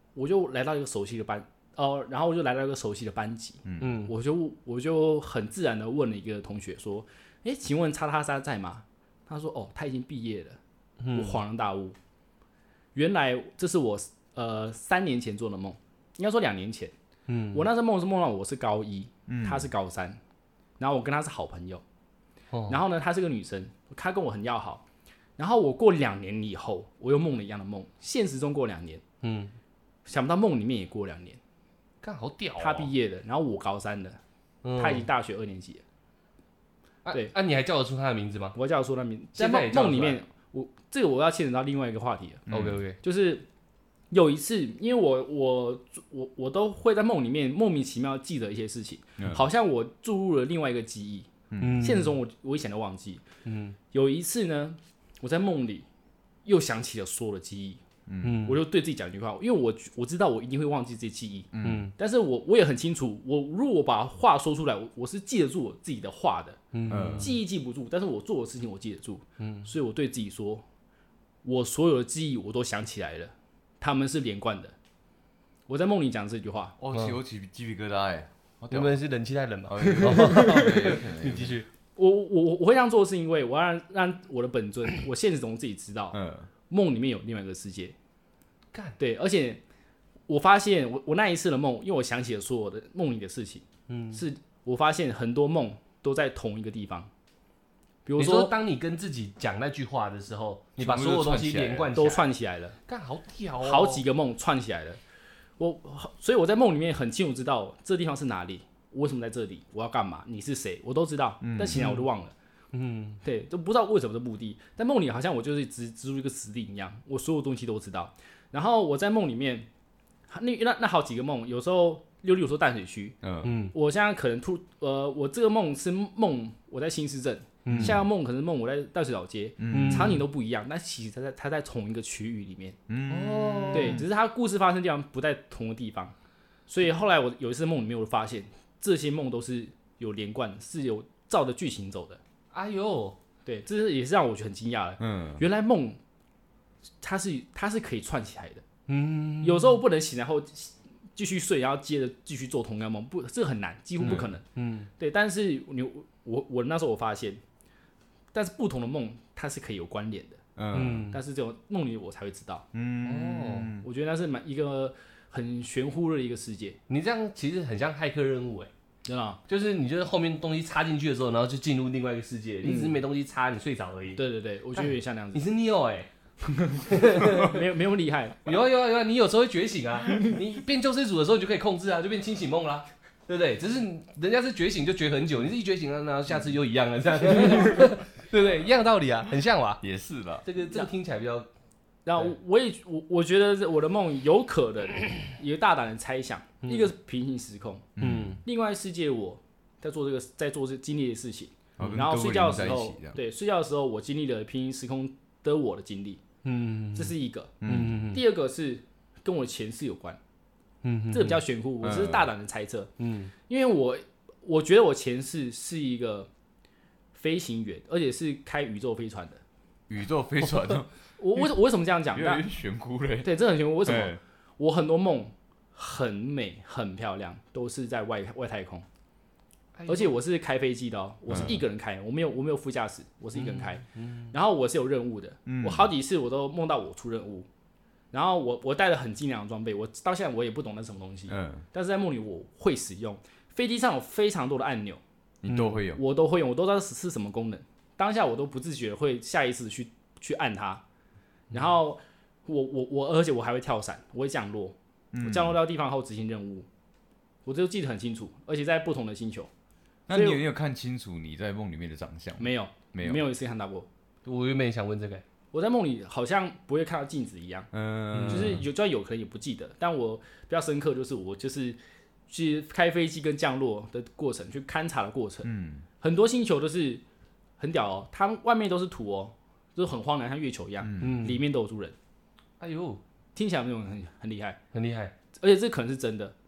我就来到一个熟悉的班，哦、呃，然后我就来到一个熟悉的班级，嗯，我就我就很自然的问了一个同学说，哎，请问叉叉叉在吗？他说，哦，他已经毕业了。嗯、我恍然大悟，原来这是我呃三年前做的梦，应该说两年前。嗯，我那时候梦是梦到我是高一，嗯、他是高三，然后我跟他是好朋友。哦、然后呢，她是个女生，她跟我很要好。然后我过两年以后，我又梦了一样的梦，现实中过两年，嗯，想不到梦里面也过两年， 干好屌哦！ 他毕业了，然后我高三了，嗯、他已经大学二年级了。 啊、对，啊，你还叫得出他的名字吗？ 我叫得出他的名字。在梦梦里面，我这个我要牵扯到另外一个话题了。 OK OK， 就是有一次，因为我我我我都会在梦里面莫名其妙记得一些事情，嗯、好像我注入了另外一个记忆。嗯，现实中我我以前都忘记。嗯，有一次呢。我在梦里又想起了所有的记忆，嗯，我就对自己讲一句话，因为我我知道我一定会忘记这些记忆，嗯，但是我我也很清楚，我如果把话说出来，我, 我是记得住我自己的话的，嗯，记忆记不住，但是我做的事情我记得住，嗯，所以我对自己说，我所有的记忆我都想起来了，他们是连贯的。我在梦里讲这句话， 哦，起我起鸡皮疙瘩哎， 原本是冷气太冷嘛，你继续。 我我我会这样做，是因为我要让让我的本尊，我现实中自己知道，梦、嗯、里面有另外一个世界。干对，而且我发现我我那一次的梦，因为我想起了所有的梦里的事情，嗯，是我发现很多梦都在同一个地方。比如 说, 说，当你跟自己讲那句话的时候，你把所有东西连贯起来都串起来了， 干好屌哦！ 好几个梦串起来了。我所以我在梦里面很清楚知道这地方是哪里。我为什么在这里？我要干嘛？你是谁？我都知道，嗯、但醒来我都忘了。嗯，对，都不知道为什么是目的。但梦里好像我就是植植入一个实力一样，我所有东西都知道。然后我在梦里面，那那那好几个梦，有时候六六有时候淡水区，嗯，我现在可能突呃，我这个梦是梦我在新市镇，嗯、下个梦可能是梦我在淡水老街，嗯、场景都不一样，但其实它在它在同一个区域里面，嗯，对，只是它故事发生的地方不在同一个地方。所以后来我有一次梦里面，我发现。这些梦都是有连贯，是有照着剧情走的。 哎呦， 对，这是也是让我觉得很惊讶的。嗯，原来梦它是它是可以串起来的。嗯，有时候不能醒来后继续睡，然后接着继续做同样梦，不，这个很难，几乎不可能。嗯，对。但是你我我那时候我发现，但是不同的梦它是可以有关联的。嗯，但是这种梦里我才会知道。嗯，哦，我觉得那是蛮一个。很玄乎的一个世界， 你这样其实很像骇客任务哎， 真的、啊， 就是你就是后面东西插进去的时候，然后就进入另外一个世界，嗯、你只是没东西插，你睡着而已。 对对对，我觉得有点像那样子。 你是 Neo 哎、 欸，没有没有厉害， 有啊有啊有啊，你有时候会觉醒啊，你变救世主的时候你就可以控制啊，就变清醒梦啦，对不对？只是人家是觉醒就觉很久，你是一觉醒了，然后下次又一样了，这样，对不对？一样道理啊，很像吧？ 也是啦， 这个这个听起来比较。 然后我也我我觉得我的梦有可能一个大胆的猜想，嗯、一个是平行时空，嗯，另外世界我在做这个在做这经历的事情，嗯、然后睡觉的时候，对，睡觉的时候我经历了平行时空的我的经历，嗯，这是一个，嗯，第二个是跟我的前世有关，嗯，这个比较玄乎，我只是大胆的猜测，嗯，因为我我觉得我前世是一个飞行员，而且是开宇宙飞船的， 宇宙飞船哦。 我为我为什么这样讲？ 有点玄乎嘞。 对，这很玄乎。为什么？我很多梦很美、很漂亮，都是在外外太空，而且我是开飞机的哦，我是一个人开，我没有我没有副驾驶，我是一个人开。然后我是有任务的，我好几次我都梦到我出任务，然后我我带了很精良的装备，我到现在我也不懂那是什么东西，但是在梦里我会使用。飞机上有非常多的按钮， 你都会用， 我都会用，我都知道是什么功能，当下我都不自觉会下意识去去按它。然后我我我，而且我还会跳伞，我会降落，嗯、我降落到地方后执行任务，我这都记得很清楚，而且在不同的星球。 那你有没有看清楚你在梦里面的长相？ 没有，没有，没有一次看到过。 我原本想问这个， 我在梦里好像不会看到镜子一样，嗯，就是有就算有可能也不记得，但我比较深刻就是我就是去开飞机跟降落的过程，去勘察的过程，嗯，很多星球都是很屌哦，它外面都是土哦。就是很荒凉，像月球一样，嗯、里面都有住人。 哎呦， 听起来那种很很厉害， 很厉害。 而且这可能是真的，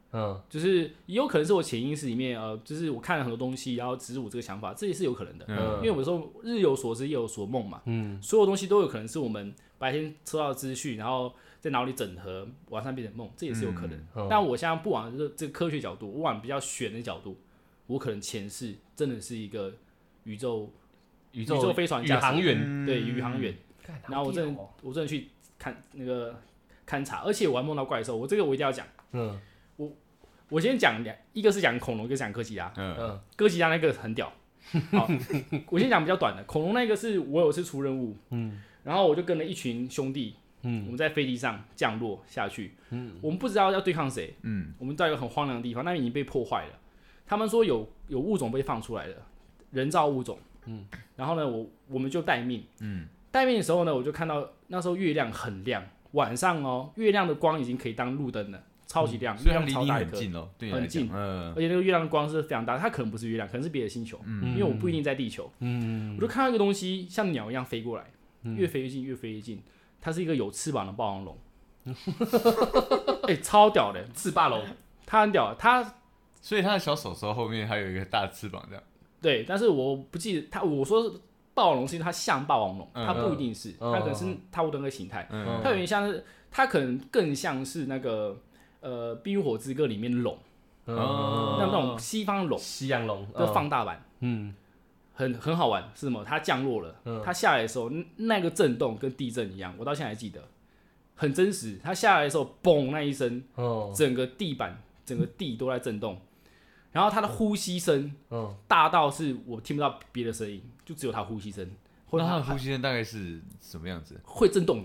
嗯，就是也有可能是我潜意识里面呃，就是我看了很多东西，然后植入这个想法，这也是有可能的。嗯，因为有时候日有所思夜有所梦嘛，嗯，所有东西都有可能是我们白天收到的资讯，然后在脑里整合，晚上变成梦，这也是有可能。嗯、但我现在不往这个这个科学角度，我往比较玄的角度，我可能前世真的是一个宇宙宇宙宇宙飞船宇航员， 嗯、对宇航员。然后我真的我真的去看那个勘察，而且我还梦到怪兽，我这个我一定要讲。嗯，我我先讲两，一个是讲恐龙，一个是讲哥吉拉。嗯，哥吉拉那个很屌。好，我先讲比较短的，恐龙那个是我有次出任务，嗯，然后我就跟了一群兄弟，嗯，我们在飞机上降落下去，嗯，我们不知道要对抗谁，嗯，我们到一个很荒凉的地方，那边已经被破坏了。他们说有有物种被放出来了，人造物种，嗯，然后呢，我我们就待命，嗯。待命的时候呢，我就看到那时候月亮很亮，晚上哦，月亮的光已经可以当路灯了，超级亮， 嗯、所以它离你很近哦，对， 很近，嗯，而且那个月亮的光是非常大，它可能不是月亮，可能是别的星球，嗯，因为我不一定在地球，嗯，我就看到一个东西像鸟一样飞过来，嗯、越飞越近，越飞越近，它是一个有翅膀的霸王龙，哎、欸，超屌的翅霸龙， 它很屌，它， 所以它的小手手后面还有一个大翅膀这样， 对，但是我不记得它，我说。霸王龙是因为它像霸王龙，它不一定是，嗯、它可能是差不多那个形态，嗯、它有点像是，它可能更像是那个呃《冰与火之歌》里面的龙，嗯、那那种西方龙， 西洋龙的放大版，嗯，很很好玩，是什么？它降落了，嗯、它下来的时候，那个震动跟地震一样，我到现在还记得，很真实。它下来的时候，嘣那一声，哦、整个地板、整个地都在震动。然后他的呼吸声，嗯，大到是我听不到别的声音，就只有他呼吸声。 那他的呼吸声大概是什么样子？ 会震动，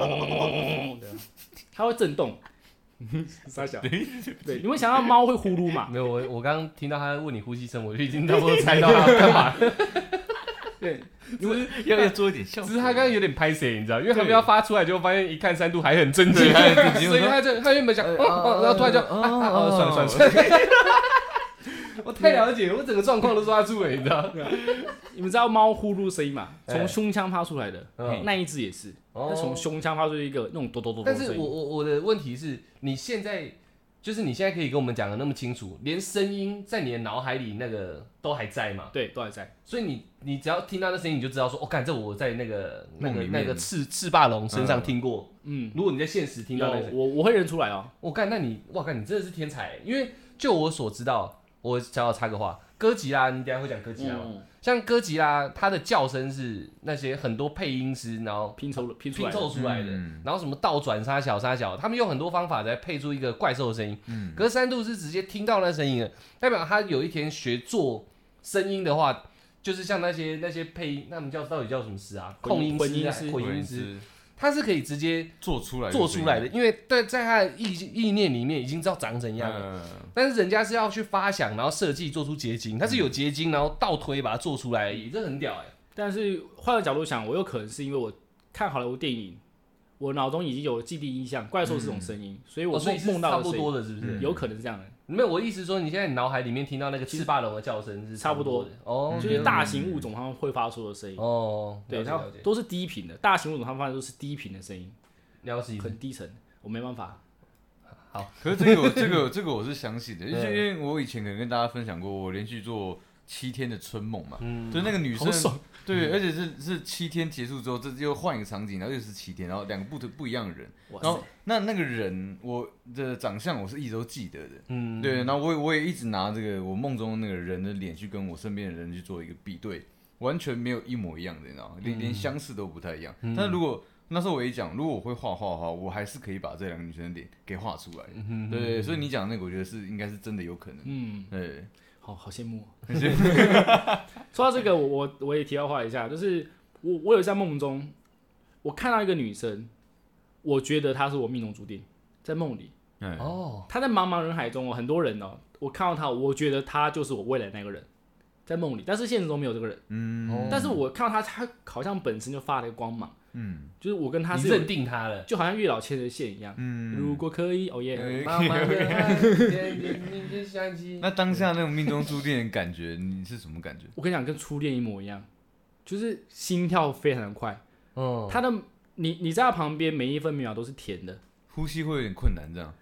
它会震动。傻小，对，你会想到猫会呼噜嘛？ 没有，我我刚刚听到他问你呼吸声，我就已经差不多猜到他干嘛。 对， 因为要要做一点效果。 只是他刚刚有点拍谁，你知道，因为还没有发出来，就发现一看三度还很震惊，所以他就他原本想，然后突然就，啊，算了算了算了。我太了解，我整个状况都抓住了，你知道？ 你们知道猫呼噜声音嘛？从胸腔发出来的，欸、那一只也是，它从、哦、胸腔发出一个那种哆哆哆哆的声音。 但是我我我的问题是，你现在就是你现在可以跟我们讲的那么清楚，连声音在你的脑海里那个都还在嘛？ 对，都还在。 所以你你只要听到那声音，你就知道说，哦，干这我在那个那个那个赤赤霸龙身上听过。嗯，如果你在现实听到那个， 我我会认出来哦。 我干，那你哇干，你真的是天才，因为就我所知道。我想要插个话，哥吉拉，你等一下会讲哥吉拉吗？嗯、像哥吉拉，它的叫声是那些很多配音师，然后拼凑拼拼凑出来的，嗯、然后什么倒转杀小杀小，他们用很多方法来配出一个怪兽的声音。嗯、可是三度是直接听到那声音的，代表他有一天学做声音的话，就是像那些那些配音，那他们叫到底叫什么师啊？控音师、混音师。他是可以直接做出来做出来的，因为对在他的意意念里面已经知道长怎样了。嗯、但是人家是要去发想，然后设计做出结晶，他是有结晶，然后倒推把它做出来而已，这很屌哎、欸。 但是换个角度想，我有可能是因为我看好莱坞电影，我脑中已经有既定印象，怪兽是这种声音，嗯、所以我梦、哦、梦到的差不多的，是不是？ 有可能是这样的。 没有，我意思说，你现在脑海里面听到那个赤霸龙的叫声是差不多的哦，就是大型物种他们会发出的声音哦，对，它都是低频的，大型物种他们发出都是低频的声音。 了解， 很低沉，我没办法。 好， 可是这个这个这个我是相信的，因为我以前可能跟大家分享过，我连续做七天的春梦嘛，嗯，就是那个女生，对，嗯、而且是是七天结束之后，这又换一个场景，然后又是七天，然后两个不不一样的人，然后那那个人我的长相我是一直都记得的，嗯，对，然后我我也一直拿这个我梦中那个人的脸去跟我身边的人去做一个比对，完全没有一模一样的，你知道吗？连连相似都不太一样，嗯、但是如果那时候我也讲，如果我会画画的话，我还是可以把这两个女生的脸给画出来的。嗯、对, 对，所以你讲的那个，我觉得是应该是真的有可能。嗯，对， 好好羡慕、喔。說到這個，我我也題外話一下，就是我我有在夢中，我看到一個女生，我覺得她是我命中注定，在夢裡。哦，她在茫茫人海中哦，很多人哦，我看到她，我覺得她就是我未來那個人。在夢裡，但是現實中沒有這個人。嗯，但是我看到他，他好像本身就發了一個光芒。嗯，就是我跟他是認定他了， 就好像月老牽的線一樣。嗯，如果可以，哦耶！ 那當下那種命中注定的感覺，你是什麼感覺？ 我跟你講，跟初戀一模一樣，就是心跳非常的快。哦，他的你你在他旁邊，每一分每秒都是甜的， 呼吸會有點困難，這樣。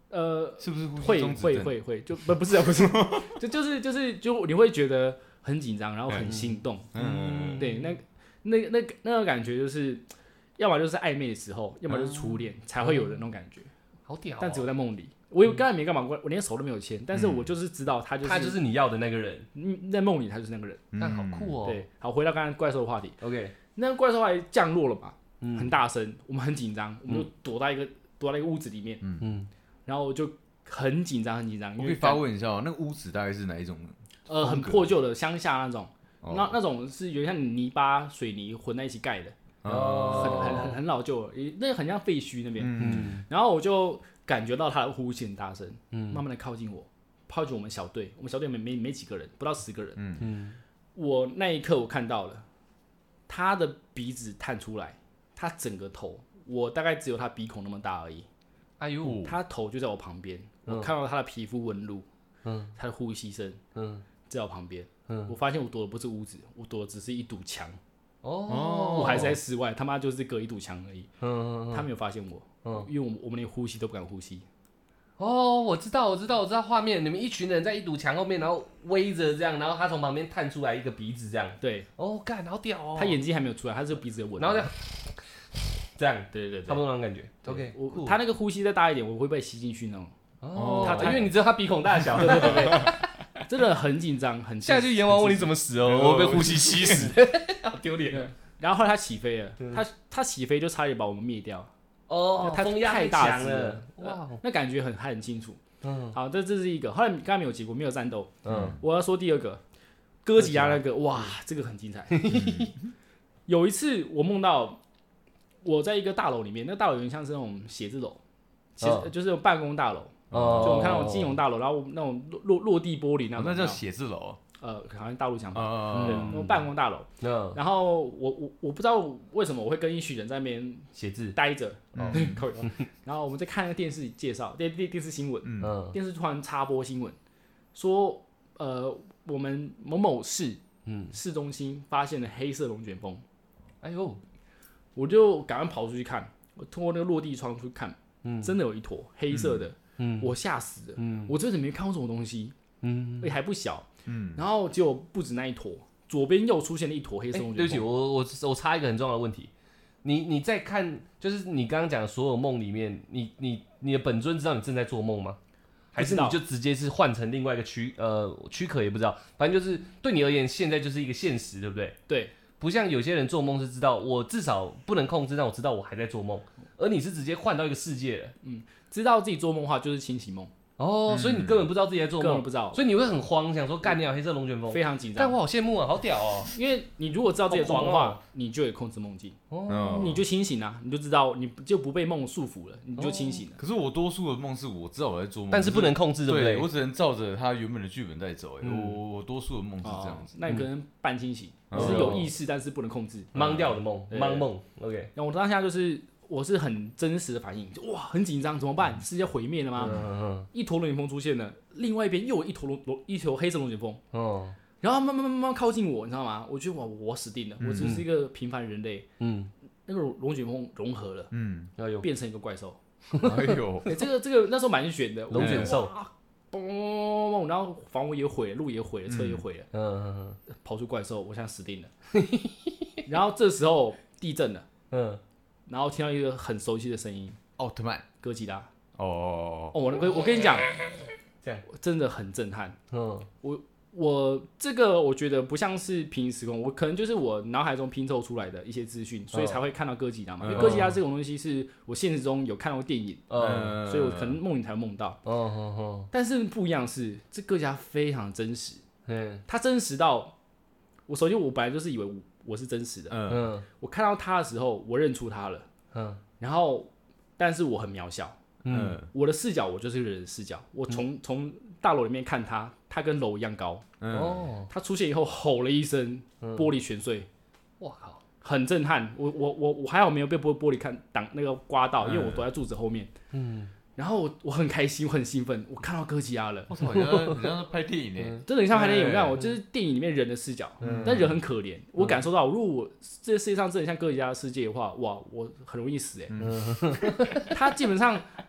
呃， 是不是呼吸会中止症？ 会会会，就不不是啊不是，就就是就是就你会觉得很紧张，然后很心动，嗯，对，那那那那个感觉就是，要么就是暧昧的时候，要么就是初恋才会有的那种感觉， 好屌， 但只有在梦里。我有刚才没干嘛，我我连手都没有牵，但是我就是知道他就是他就是你要的那个人， 在梦里他就是那个人， 那好酷哦。 对，好，回到刚才怪兽的话题 ，OK， 那怪兽后来降落了嘛，很大声，我们很紧张，我们就躲在一个躲在一个屋子里面，嗯，然后我就很紧张很紧张。 我可以发问一下，那个屋子大概是哪一种？ 呃，很破旧的乡下那种，那那种是有点像泥巴水泥混在一起盖的，哦，很很很很老旧，那很像废墟那边，嗯，然后我就。感觉到他的呼吸很大声，嗯，慢慢的靠近我，靠近我们小队，我们小队没没没几个人，不到十个人，嗯嗯，我那一刻我看到了，他的鼻子探出来，他整个头，我大概只有他鼻孔那么大而已，哎呦，他头就在我旁边，嗯、我看到他的皮肤纹路，嗯，他的呼吸声，嗯，在我旁边，嗯，我发现我躲的不是屋子，我躲的只是一堵墙，哦，我还是在室外，他妈就是隔一堵墙而已，嗯，他没有发现我。嗯，因为我们我们连呼吸都不敢呼吸。 哦，我知道，我知道，我知道画面，你们一群人在一堵墙后面，然后围着这样，然后他从旁边探出来一个鼻子这样。 对， 哦，干，好屌哦！ 他眼睛还没有出来，他是鼻子有吻。 然后这样，这样， 对对对， 差不多那种感觉。OK， 我他那个呼吸再大一点，我会被吸进去那种。 哦，他因为你知道他鼻孔大小， 对对对对，真的很紧张，很。 下去阎王问你怎么死哦，我被呼吸吸死，好丢脸。 然后后来他起飞了，他他起飞就差点把我们灭掉。 哦， 它风压太大了， 哇，那感觉很还很清楚。嗯，好，这这是一个。后来刚刚没有结果，没有战斗。嗯，我要说第二个，哥吉拉那个，哇，这个很精彩。有一次我梦到我在一个大楼里面，那大楼有点像是那种写字楼，其实就是办公大楼。哦，就我们看那种金融大楼，然后那种落落地玻璃那种， 那叫写字楼。 呃，好像大陆讲吧，对，那种办公大楼。然后我我我不知道为什么我会跟一群人在那边写字待着，然后我们在看那个电视介绍电电电视新闻，电视突然插播新闻，说呃我们某某市市中心发现了黑色龙卷风，哎呦，我就赶快跑出去看，我通过那个落地窗出去看，真的有一坨黑色的，我吓死了，我真的没看过这种东西，而且还不小。嗯，然后结果不止那一坨，左边又出现了一坨黑色龙卷风。 对不起，我我我插一个很重要的问题，你你在看，就是你刚刚讲的所有梦里面，你你你的本尊知道你正在做梦吗？还是你就直接是换成另外一个躯呃躯壳也不知道，反正就是对你而言，现在就是一个现实，对不对？ 对， 不像有些人做梦是知道我至少不能控制，但我知道我还在做梦，而你是直接换到一个世界了。 嗯，知道自己做梦的话就是清醒梦。 哦，所以你根本不知道自己在做梦， 根本不知道， 所以你会很慌，想说干掉黑色龙卷风， 非常紧张。 但我好羡慕啊，好屌哦！ 因为你如果知道自己在做梦的话，你就有控制梦境，哦，你就清醒了，你就知道你就不被梦束缚了，你就清醒了。 可是我多数的梦是我知道我在做梦， 但是不能控制，对不对？ 我只能照着他原本的剧本在走。哎，我我多数的梦是这样子。 那你可能半清醒，只是有意识，但是不能控制， 懵掉的梦，懵梦。OK， 那我当下就是。我是很真实的反应，就哇很紧张，怎么办？世界毁灭了吗？嗯嗯、一坨龙卷风出现了，另外一边又有一坨龙一坨黑色龙卷风，哦，然后慢慢慢慢靠近我，你知道吗？我觉得哇我死定了，嗯、我只是一个平凡人类，嗯，那个龙卷风融合了，嗯，变成一个怪兽，哎呦，欸、这个这个那时候蛮悬的， 龙卷兽， 嘣嘣嘣，然后房屋也毁了，路也毁了，车也毁了，嗯嗯嗯，跑出怪兽，我现在死定了，然后这时候地震了，嗯。然后听到一个很熟悉的声音， 奥特曼、 哥吉拉。 哦哦，我我跟你讲，这样真的很震撼。嗯，我我这个我觉得不像是平行时空，我可能就是我脑海中拼凑出来的一些资讯，所以才会看到哥吉拉嘛。因为哥吉拉这种东西是我现实中有看到电影，嗯，所以我可能梦里才会梦到。哦哦哦。但是不一样是，这哥吉拉非常真实。嗯，它真实到我首先我本来就是以为我。我是真实的，嗯，我看到他的时候，我认出他了，嗯，然后，但是我很渺小，嗯，我的视角我就是人的视角，我从从大楼里面看他，他跟楼一样高，哦，他出现以后吼了一声，玻璃全碎，哇靠，很震撼，我我我我还好没有被玻玻璃看挡那个刮到，因为我躲在柱子后面，嗯。然后我我很开心，我很兴奋，我看到哥吉拉了。 我操，你像你像是拍电影呢， 真的很像拍电影。我看我就是电影里面人的视角，但人很可怜。我感受到，如果我这个世界上真的像哥吉拉的世界的话，哇，我很容易死哎。他基本上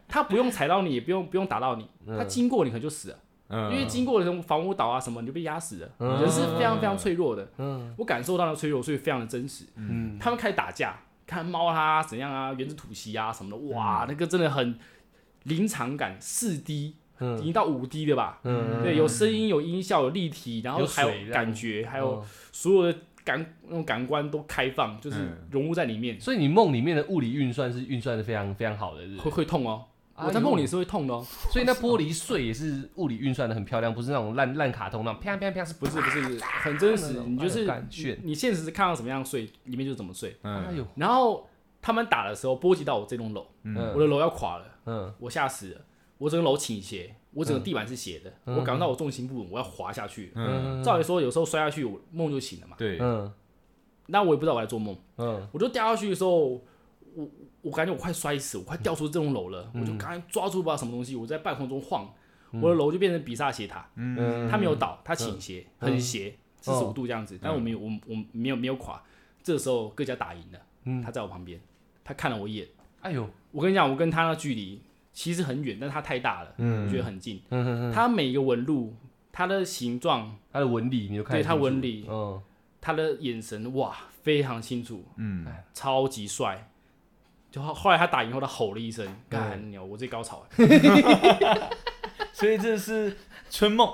他不用踩到你，也不用不用打到你，他经过你可能就死了。因为经过的房屋倒啊什么，你就被压死了。嗯、人是非常非常脆弱的，嗯、我感受到的脆弱，所以非常的真实。嗯、他们开始打架，看猫它怎样啊，原子吐息啊什么的，哇，嗯、那个真的很临场感，四 D、嗯、已经到五 D 了吧？嗯、对，有声音、有音效、有立体，然后还有感觉，还有所有的感那种感官都开放，就是融入在里面。 所以你梦里面的物理运算是运算的非常非常好的， 会会痛哦。我在梦里是会痛的哦， 所以那玻璃碎也是物理运算的很漂亮，不是那种烂烂卡通那种啪啪啪， 不是不是很真实，你就是你现实看到什么样碎，里面就是怎么碎。嗯，然后他们打的时候波及到我这栋楼，我的楼要垮了，嗯，我吓死了，我整个楼倾斜，我整个地板是斜的，我感觉到我重心不稳，我要滑下去。嗯，照理说有时候摔下去，我梦就醒了嘛。 对，嗯， 那我也不知道我在做梦，嗯，我就掉下去的时候，我。我感觉我快摔死，我快掉出这栋楼了，嗯、我就赶紧抓住不知道什么东西，我在半空中晃，嗯、我的楼就变成比萨斜塔，嗯、它没有倒，它倾斜，嗯、很斜，四十五度这样子，嗯、但我没有，我我没有没有垮。这时候各家打赢了，嗯、他在我旁边，他看了我一眼， 哎呦， 我跟你讲，我跟他的距离其实很远，但是他太大了，嗯、我觉得很近。嗯、他每一个纹路，他的形状， 他的纹理，你就看得清楚， 对他纹理，嗯、他的眼神，哇，非常清楚，嗯、超级帅。就后来他打赢后，他吼了一声：“干鸟，我最高潮！” 所以这是春梦。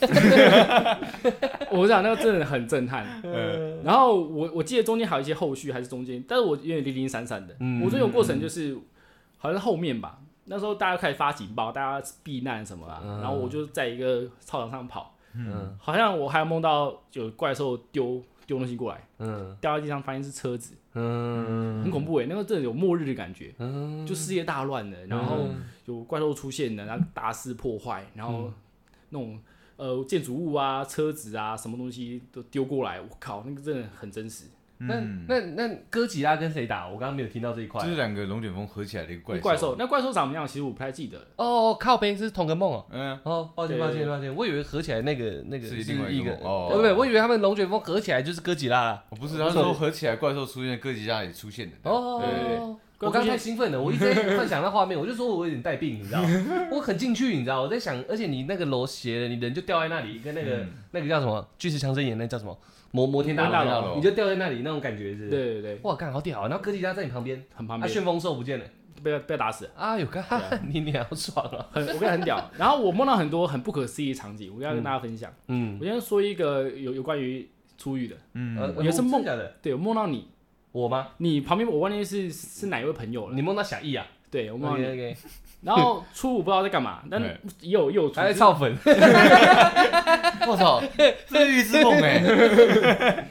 我想那个真的很震撼。嗯、然后我我记得中间还有一些后续，还是中间，但是我有点零零散散的。嗯、我这种过程就是好像是后面吧，那时候大家开始发警报，大家避难什么啊，嗯、然后我就在一个操场上跑，嗯、好像我还有梦到有怪兽丢。丢东西过来，嗯，掉在地上发现是车子，嗯，很恐怖哎，那个真的有末日的感觉，嗯，就世界大乱了，然后有怪兽出现了，然后大肆破坏，然后那种呃建筑物啊、车子啊，什么东西都丢过来，我靠，那个真的很真实。 那那那哥吉拉跟谁打？我刚刚没有听到这一块。 就是两个龙卷风合起来的一个怪兽。 怪兽，那怪兽长什么样？其实我不太记得。 哦，靠背是同个梦哦。嗯。哦，抱歉抱歉抱歉，我以为合起来那个那个是另外一个。 哦。不不，我以为他们龙卷风合起来就是哥吉拉啦。 我不是，他说合起来怪兽出现，哥吉拉也出现的。 哦。对对对。我刚太兴奋了，我一直在幻想那画面，我就说我有点带病，你知道吗？我很进去，你知道，我在想，而且你那个楼斜了，你人就掉在那里，跟那个那个叫什么巨石强森演那叫什么？摩摩天大楼，你就掉在那里，那种感觉是。 对对对， 哇，干好屌啊！然后哥吉拉在你旁边， 很旁边， 旋风兽不见了， 被被打死了。 啊，有干，你你好爽啊！ 很，我跟你很屌。然后我梦到很多很不可思议的场景，我要跟大家分享。嗯，我先说一个有有关于出狱的，嗯，也是梦的， 对，我梦到你， 我吗？ 你旁边我忘记是是哪一位朋友了。 你梦到小易啊？ 对，我梦到你。然后初五不知道在干嘛，但也有也有还在操粉。 我操，这是预知梦哎。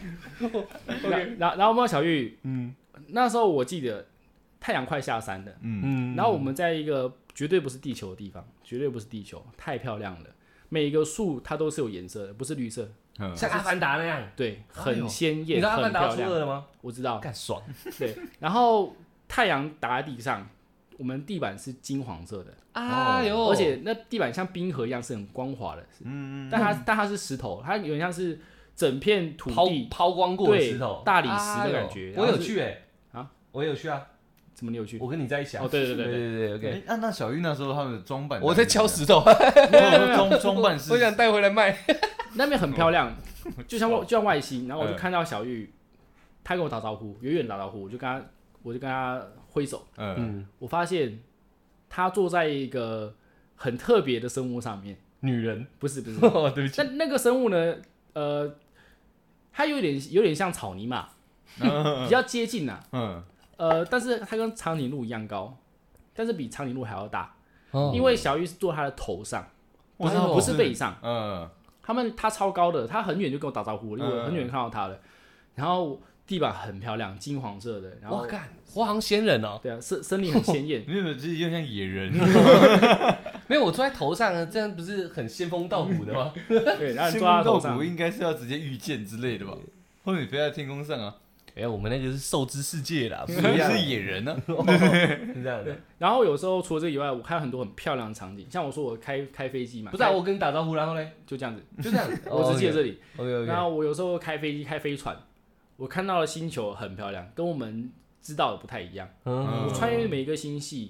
okay, 然后，然后我梦到小玉，嗯，那时候我记得太阳快下山了，嗯，然后我们在一个绝对不是地球的地方，绝对不是地球，太漂亮了，每一个树它都是有颜色的，不是绿色， 嗯、像阿凡达那样， 对，很鲜艳， 你知道阿凡达出二了吗？ 我知道， 干爽， 对，然后太阳打在地上，我们地板是金黄色的， 啊哟， 而且那地板像冰河一样是很光滑的，嗯，但它但它是石头，它有点像是。整片土地抛光过的石头， 大理石的感觉。 我有去哎，啊，我也有去啊。 怎么你有去？ 我跟你在一起啊。 哦，对对对对对对 ，OK。那那小玉那时候他们的装扮， 我在敲石头。 装装扮是， 我想带回来卖。 那边很漂亮，就像就像外星，然后我就看到小玉，他跟我打招呼，远远打招呼，我就跟他我就跟他挥手。嗯，我发现他坐在一个很特别的生物上面， 女人不是不是， 对不起。 那那个生物呢？呃。它有点有点像草泥马，比较接近呐、啊。嗯。呃，但是它跟长颈鹿一样高，但是比长颈鹿还要大。哦。因为小玉是坐它的头上，不是不是背上。嗯。他们它超高的，它很远就跟我打招呼，因为我很远看到它了。然后地板很漂亮，金黄色的。然后哇干，我好像仙人哦。 对啊，森森林很鲜艳。 没有，其实有点像野人。 没有，我坐在头上呢，这样不是很仙风道骨的吗？ 对，然后你坐在头上， 应该是要直接遇见之类的吧？或者你飞在天空上啊？ 哎、欸，我们那个是兽之世界啦，不一样，是野人呢、啊， 是这样的。 然后有时候除了这以外，我看到很多很漂亮的场景，像我说我开开飞机嘛， 不是、啊、我跟你打招呼，然后呢就这样子， 就这样， 我只记得这里。 OK OK。 然后我有时候开飞机开飞船，我看到的星球很漂亮，跟我们知道的不太一样。嗯、我穿越每一个星系。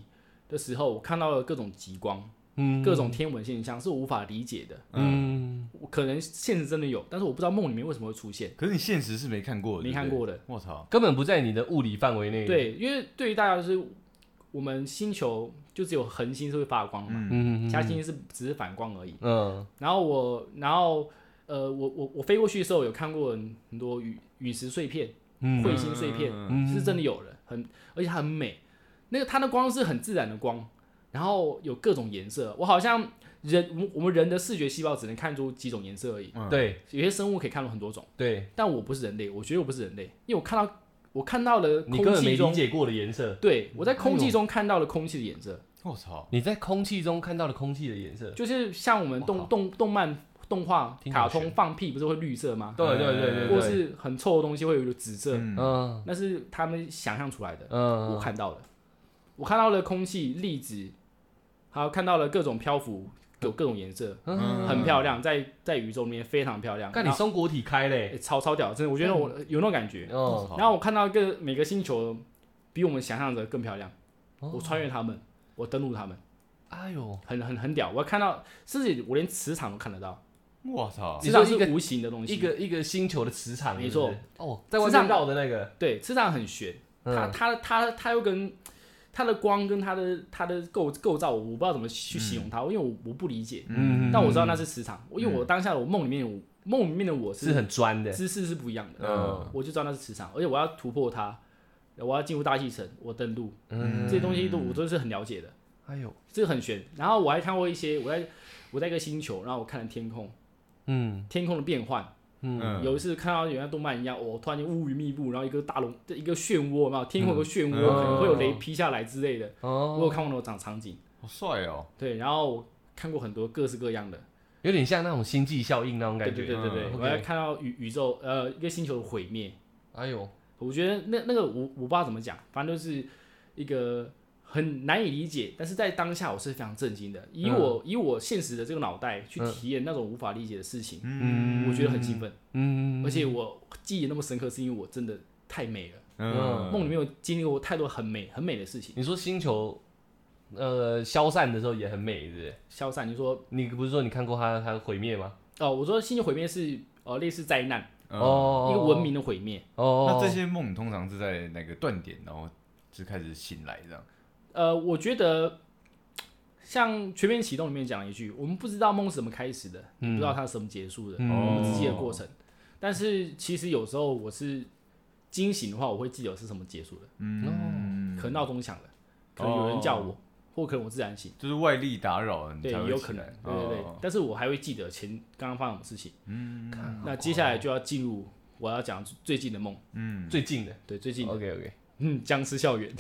的时候，我看到了各种极光，嗯，各种天文现象是我无法理解的，嗯，可能现实真的有，但是我不知道梦里面为什么会出现。 可是你现实是没看过的， 没看过的， 我操， 根本不在你的物理范围内。 对，因为对于大家就是我们星球就只有恒星是会发光嘛，嗯，其他星星是只是反光而已，嗯，然后我，然后呃，我我我飞过去的时候有看过很多陨陨石碎片。彗星碎片、嗯、是真的有的，很而且它很美。那个它的光是很自然的光，然后有各种颜色。我好像人，我们人的视觉细胞只能看出几种颜色而已。 嗯、对， 有些生物可以看出很多种。 对， 但我不是人类，我觉得我不是人类，因为我看到我看到了空气中你根本没理解过的颜色。 对，我在空气中看到了空气的颜色。 我操！ 你在空气中看到了空气的颜色， 就是像我们动动动漫。动画、卡通放屁不是会绿色吗？ 对对对对， 或是很臭的东西会有一个紫色，嗯，那是他们想象出来的。嗯，我看到了，我看到了空气粒子，还有看到了各种漂浮，有各种颜色，嗯，很漂亮，在在宇宙里面非常漂亮。 看你松果体开嘞， 欸、超超屌，真的，我觉得我有那种感觉。哦，然后我看到一个每个星球比我们想象的更漂亮，哦、我穿越他们，我登陆他们， 哎呦， 很很很屌。我看到，甚至我连磁场都看得到。 我操！ 磁场是无形的东西， 一个一个星球的磁场， 没错。 哦，在外面绕的那个， 对，磁场很玄，它它它它又跟它的光跟它的它的构构造，我不知道怎么去形容它，因为我我不理解。嗯，但我知道那是磁场，因为我当下的我梦里面，梦里面的我是是很专的， 姿势是不一样的。嗯，我就知道那是磁场，而且我要突破它，我要进入大气层，我登陆，嗯，这些东西都我都是很了解的。 哎呦， 这个很玄。然后我还看过一些，我在我在一个星球，然后我看了天空。嗯，天空的变幻，嗯，有一次看到有像动漫一样，我、哦、突然间乌云密布，然后一个大龙，一个漩涡，有没有？天空有个漩涡，嗯、可能会有雷劈下来之类的。哦，我有看过那种场景， 好帥哦。 对，然后我看过很多各式各样的， 有点像那种星际效应那种感觉。 对对对对对，嗯、我还看到宇宇宙呃一个星球的毁灭。 哎呦， 我觉得那那个我我不知道怎么讲，反正就是一个。很难以理解，但是在当下我是非常震惊的。以我、嗯、以我现实的这个脑袋去体验那种无法理解的事情，嗯、我觉得很兴奋。嗯、而且我记忆那么深刻，是因为我真的太美了。梦、嗯、里面有经历过太多很美很美的事情。 你说星球呃消散的时候也很美，对不对？ 消散，你说你不是说你看过它它毁灭吗？ 哦，我说星球毁灭是呃类似灾难哦，一个文明的毁灭。 哦，那这些梦通常是在哪个断点，然后就开始醒来这样？ 呃，我觉得像全面启动里面讲了一句，我们不知道梦是怎么开始的，嗯、不知道它是怎么结束的，嗯、我们只记得过程。但是其实有时候我是惊醒的话，我会记得是什么结束的。嗯，可能闹钟响了，可能有人叫我，哦、或可能我自然醒， 就是外力打扰了， 对，也有可能，对对对。哦、但是我还会记得前刚刚发生什么事情。嗯，那接下来就要进入我要讲最近的梦。 嗯，最近的， 对，最近的。 OK OK。 嗯，僵尸校园，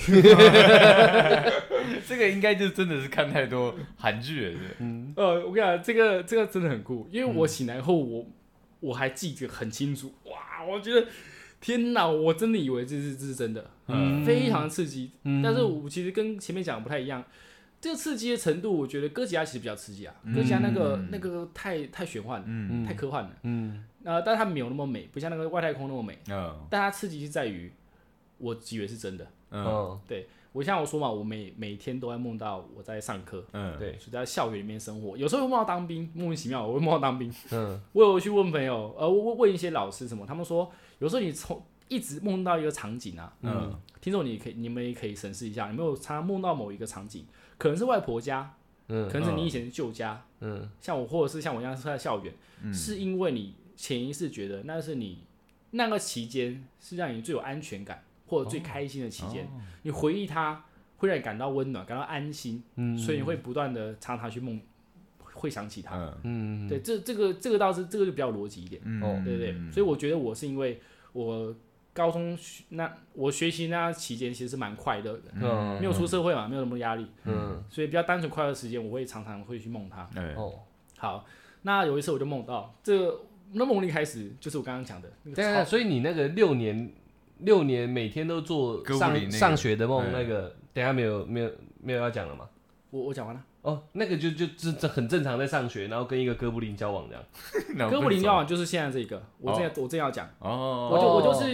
这个应该就真的是看太多韩剧了， 嗯，呃，我跟你讲，这个这个真的很酷，因为我醒来后我，我我还记得很清楚，哇，我觉得天哪，我真的以为这是这是真的，嗯，非常刺激，嗯，但是我其实跟前面讲的不太一样，这个刺激的程度，我觉得哥吉拉其实比较刺激啊，哥吉拉那个、嗯、那个太太玄幻了，嗯，太科幻了，嗯，呃，但是它没有那么美，不像那个外太空那么美，嗯，但它刺激是在于。我以为是真的，嗯，对我像我说嘛，我每每天都在梦到我在上课，嗯，对，就在校园里面生活，有时候会梦到当兵，莫名其妙，我会梦到当兵，嗯，我有去问朋友，呃，问问一些老师什么，他们说有时候你从一直梦到一个场景啊，嗯，听众你可以你们也可以审视一下，有没有常常梦到某一个场景，可能是外婆家，嗯，可能是你以前的旧家，嗯，像我或者是像我一样是在校园，嗯，是因为你潜意识觉得那是你那个期间是让你最有安全感。或者最开心的期间，哦、你回忆它会让你感到温暖，感到安心，嗯、所以你会不断的常常去梦，会想起它。嗯，对，这这个这个倒是这个就比较逻辑一点，嗯、对不对？所以我觉得我是因为我高中那我学习那期间其实是蛮快乐的，嗯、没有出社会嘛，没有什么压力，嗯、所以比较单纯快乐的时间，我会常常会去梦它。嗯、哦，好，那有一次我就梦到这个，那梦里开始就是我刚刚讲的那个。 对啊，所以你那个六年。六年每天都做上、那個、上学的梦，那个等一下没有没有没有要讲了吗？ 我我讲完了。 哦，那个就就就很正常，在上学，然后跟一个哥布林交往这样。 哥布林交往就是现在这个，我正要、哦、我正要讲。哦。我就我就是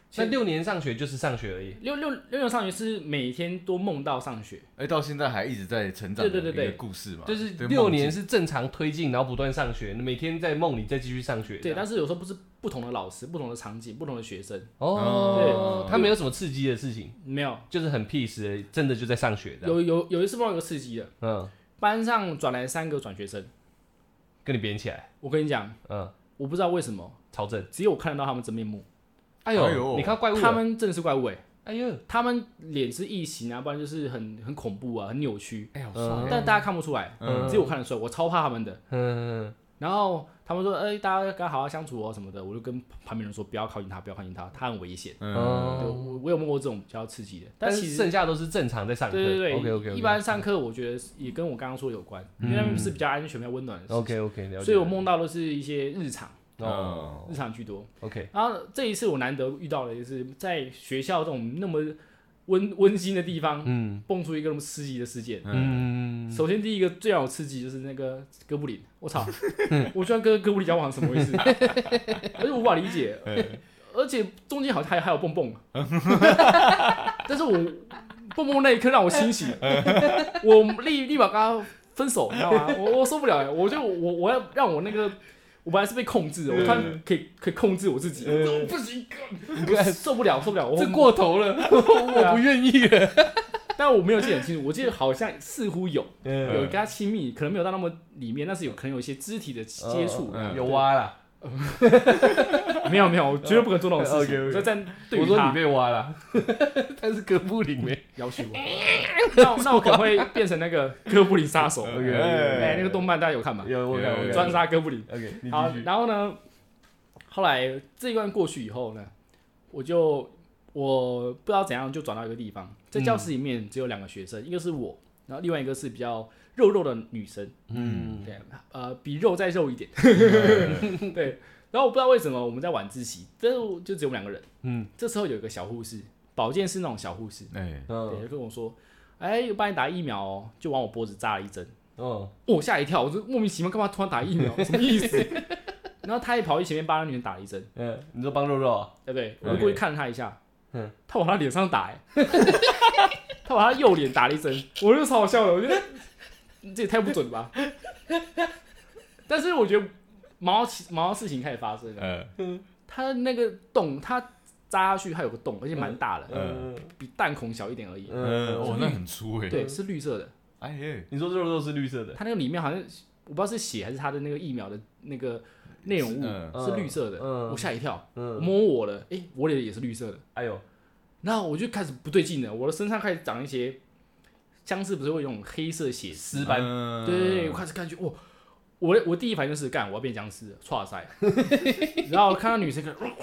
那六年上学就是上学而已。 六六六年上学是每天都梦到上学， 哎，到现在还一直在成长的一个故事嘛。 就是六年是正常推进，然后不断上学，每天在梦里再继续上学。 对，但是有时候不是不同的老师、不同的场景、不同的学生。 哦，对，他没有什么刺激的事情， 没有， 就是很 peace 的，真的就在上学的。 有有有一次碰到一个刺激的，嗯，班上转来三个转学生， 跟你编起来。 我跟你讲，嗯，我不知道为什么， 超正， 只有我看得到他们真面目。 哎呦，你看怪物， 他们真的是怪物哎！ 哎呦， 他们脸是异形啊，不然就是很很恐怖啊，很扭曲。 哎，好帅！ 但大家看不出来，只有我看得出来，我超怕他们的。嗯，然后他们说，哎，大家跟他好好相处哦什么的，我就跟旁边人说，不要靠近他，不要靠近他，他很危险。嗯，我我有梦过这种比较刺激的， 但其实剩下都是正常在上课。 对对对 ，OK OK。 一般上课我觉得也跟我刚刚说有关，因为他们是比较安全、比较温暖的事情。 OK OK， 了解。 所以我梦到的是一些日常。 哦， 日常居多。 OK， 然后这一次我难得遇到的就是在学校这种那么温温馨的地方，嗯，蹦出一个那么刺激的事件。嗯，首先第一个最让我刺激就是那个哥布林，我操，我居然跟哥布林交往，什么回事？而且无法理解，而且中间好像还还有蹦蹦，但是我蹦蹦那一刻让我清醒，我立立马跟他分手，你知道吗？我我受不了，我就我我要让我那个。我本来是被控制的，我突然可以可以控制我自己，嗯、不行，我受不了，受不了，我这过头了，我不愿意了。 但我没有记得很清楚，我记得好像似乎有有跟他亲密，可能没有到那么里面，但是有可能有一些肢体的接触， 嗯、有挖啦。 没有没有，我绝对不可能做那种事情。我在对于他， 我说你被挖了，但是哥布林没要求我，那那我可能会变成那个哥布林杀手。 OK， 哎，那个动漫大家有看吗？ 有，我看， 专杀哥布林。 OK， 好，然后呢，后来这一段过去以后呢，我就我不知道怎样就转到一个地方，在教室里面只有两个学生，一个是我，然后另外一个是比较肉肉的女生，嗯，对，呃，比肉再肉一点，对。然后我不知道为什么我们在晚自习，这就只有我们两个人，嗯，这时候有一个小护士，保健室那种小护士，哎，对，就跟我说，哎，有帮你打疫苗哦，就往我脖子扎了一针，哦，我吓一跳，我就莫名其妙干嘛突然打疫苗，什么意思？然后他也跑去前面帮那女人打了一针，嗯， 你说帮肉肉啊？ 对不对？我就过去看了他一下，嗯，他往他脸上打，哎，他往他右脸打了一针，我就超好笑的，我觉得这也太不准了吧。但是我觉得毛毛事情开始发生了，嗯，他那个洞，他扎下去，它有个洞，而且蛮大的，嗯，比弹孔小一点而已， 嗯，哦，那很粗哎， 对，是绿色的， 哎耶，你说肉肉是绿色的， 它那个里面好像我不知道是血还是它的那个疫苗的那个内容物是绿色的，我吓一跳，我摸我了，哎，我脸也是绿色的，哎呦，然后我就开始不对劲了，我的身上开始长一些僵尸不是会有那种黑色血丝斑，对对对，我开始感觉哇。我我第一反应就是干，我要变僵尸了，唰塞！然后看到女生，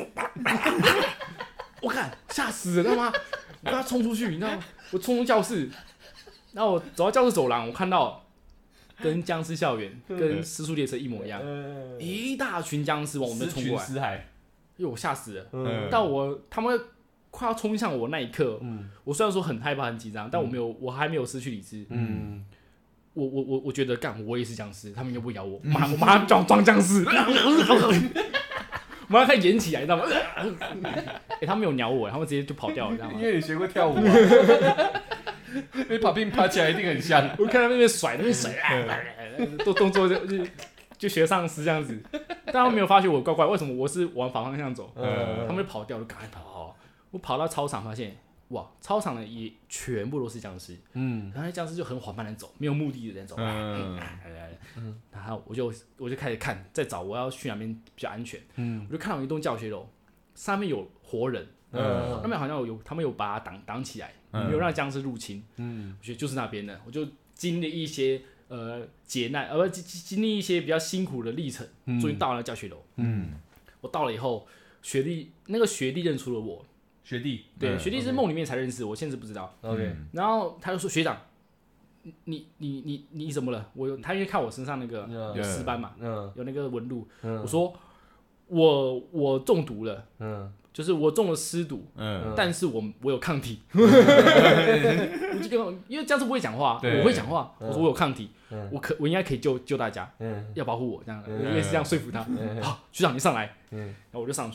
我看吓死了，知道吗？我跟她冲出去，你知道吗？我冲出教室，然后我走到教室走廊，我看到跟僵尸校园、跟失速列车一模一样，一大群僵尸往我们冲过来，因为我吓死了。嗯、但我他们快要冲向我那一刻，嗯、我虽然说很害怕、很紧张，但我没有，我还没有失去理智。嗯我我我我觉得干，我也是僵尸，他们又不咬我，马我马上装装僵尸，我马上开始演起来，你知道吗？哎、欸，他们没有咬我，他们直接就跑掉了，你知道吗？ 因为你学过跳舞啊，你爬冰爬起来一定很像。 我看他们那边甩，那边甩，做动作就就就学丧尸这样子，但他们没有发觉我怪怪，为什么我是往反方向走？嗯、他们就跑掉，就赶快跑。我跑到操场发现。哇，操场的也全部都是僵尸，嗯，然后那僵尸就很缓慢的走，没有目的的在走，嗯，嗯，然后我就我就开始看，在找我要去哪边比较安全，嗯，我就看到一栋教学楼，上面有活人，嗯，那边好像有他们有把它挡挡起来，没有让僵尸入侵，嗯，我觉得就是那边的，我就经历一些呃劫难，呃不经历一些比较辛苦的历程，终于到了那教学楼，嗯，我到了以后，学弟那个学弟认出了我。 学弟， 对，嗯、学弟是梦里面才认识，我现在不知道。OK， 然后他就说：“学长，你你你你怎么了？”我他因为看我身上那个有尸斑嘛，嗯、有那个纹路，嗯、我说我我中毒了，嗯、就是我中了尸毒，嗯、但是我我有抗体，我就跟因为这样子不会讲话，我会讲话，我说我有抗体，嗯、我可我应该可以救救大家，嗯、要保护我这样，我因为是这样说服他。好，学长你上来，然后我就上去。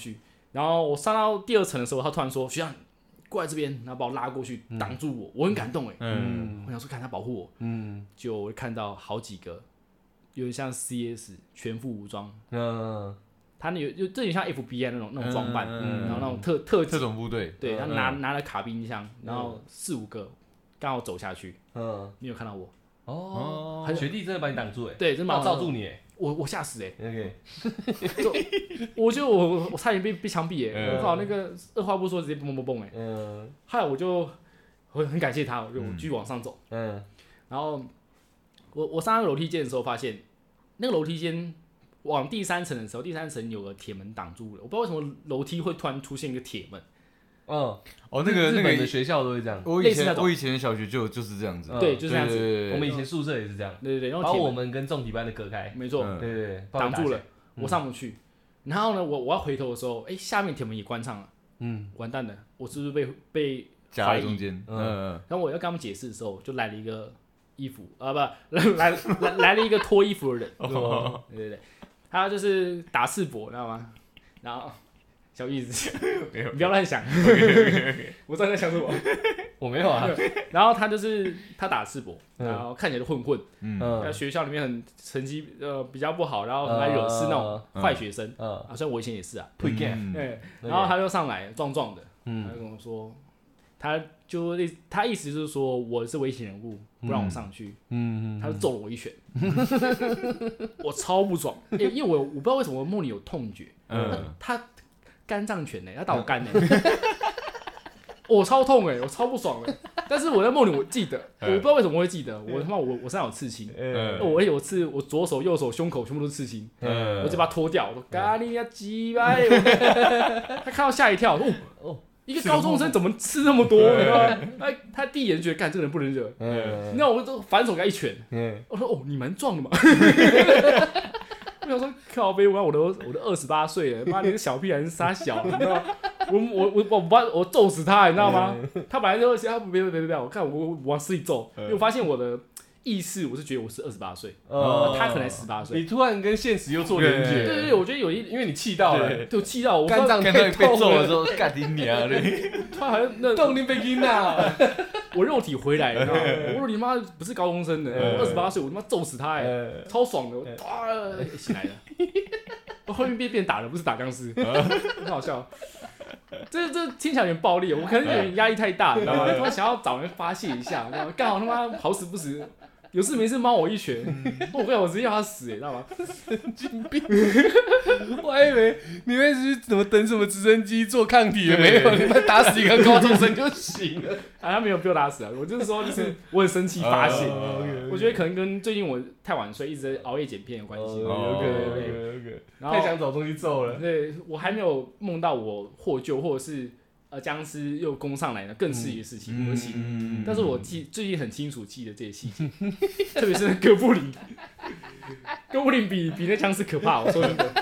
然后我上到第二层的时候，他突然说：“学长，过来这边。”然后把我拉过去，挡住我，我很感动哎。嗯，我想说看他保护我。嗯，就我看到好几个，有点像 C S 全副武装。嗯。他有有这点像 F B I 那种那种装扮，嗯、然后那种特特特种部队， 对，他拿、嗯、拿了卡宾枪，然后四五个刚好走下去，嗯，你有看到我？ 哦，学弟真的把你挡住哎， 对，真的把我罩住你哎， 我我吓死哎 ，OK， 就我就我我差点被被枪毙哎，我靠，那个二话不说直接蹦蹦蹦哎，嗯，后来我就我很感谢他，我就我继续往上走，嗯，然后我我上那个楼梯间的时候发现，那个楼梯间。往第三层的时候，第三层有个铁门挡住了，我不知道为什么楼梯会突然出现一个铁门。 嗯，哦，那个日本的学校都会这样。 我以前我以前小学就就是这样子， 对，就是这样子。 我们以前宿舍也是这样， 对对对， 把我们跟重体班的隔开。 没错， 对对对， 挡住了，我上不去。然后呢，我我要回头的时候，哎，下面铁门也关上了。嗯，完蛋了，我是不是被被夹在中间？嗯， 然后我要跟他们解释的时候，就来了一个衣服啊，不，来来来了一个脱衣服的人。对对对。他就是打赤膊，知道吗？然后小意思，你不要乱想。我知道你在想什么， 我没有啊。 然后他就是他打赤膊，然后看起来就混混，嗯，在学校里面很成绩呃比较不好，然后很爱惹事那种坏学生，嗯，好像我以前也是啊。 对， 然后他就上来壮壮的，嗯，他就跟我说，他就他意思就是说我是危险人物，不让我上去，嗯，他就揍了我一拳。我超不爽，欸、因为我我不知道为什么梦里有痛觉，嗯、他肝脏拳呢、欸，他打我肝呢、欸，我超痛哎、欸，我超不爽的、欸。但是我在梦里我记得，我不知道为什么会记得，我他妈我我身上有刺青，嗯、我有刺，我左手右手胸口全部都是刺青，嗯、我就把它脱掉，我说咖喱呀鸡巴，他看到吓一跳，哦哦。一个高中生怎么吃那么多？你知道吗？他他第一眼觉得，干这个人不能惹。嗯，那我就反手给他一拳。嗯，我说哦，你蛮壮的嘛。我想说，靠北，我我都我都二十八岁了，妈，你个小屁孩是傻小，你知道吗？我我我我把我揍死他，你知道吗？他本来就他别别别别，我看我我往死里揍，因为我发现我的。意识我是觉得我是二十八岁，呃，他可能十八岁。 你突然跟现实又做连接， 对对对，我觉得有一， 因为你气到了， 对，我气到我肝脏被揍的时候，干你娘嘞！ 他好像那动力被阴了， 我肉体回来，你知道吗？我说你妈不是高中生的，二十八岁，我他妈揍死他哎，超爽的，哇，起来了，我后面变变打人，不是打僵尸，很好笑。这这听起来有点暴力，我可能有点压力太大，你知道吗？他想要找人发泄一下，刚好他妈好死不死。有事没事猫我一拳，我跟你我直接要他死、欸，你知道吗？ 神经病！我还以为你会是怎么等什么直升机做抗体了没有？你们打死一个高中生就行了。 啊，他没有被我打死啊！我就是说，就是我很生气发泄。uh, okay, okay. 我觉得可能跟最近我太晚睡，一直在熬夜剪片有关系。 有可能，有可能，有可能。太想找东西揍了。 对，我还没有梦到我获救，或者是。呃，僵尸又攻上来了，更是一个事情，我记、嗯。但是我记最近很清楚记得这些细节，特别是那哥布林，哥布林比比那僵尸可怕，我说真的，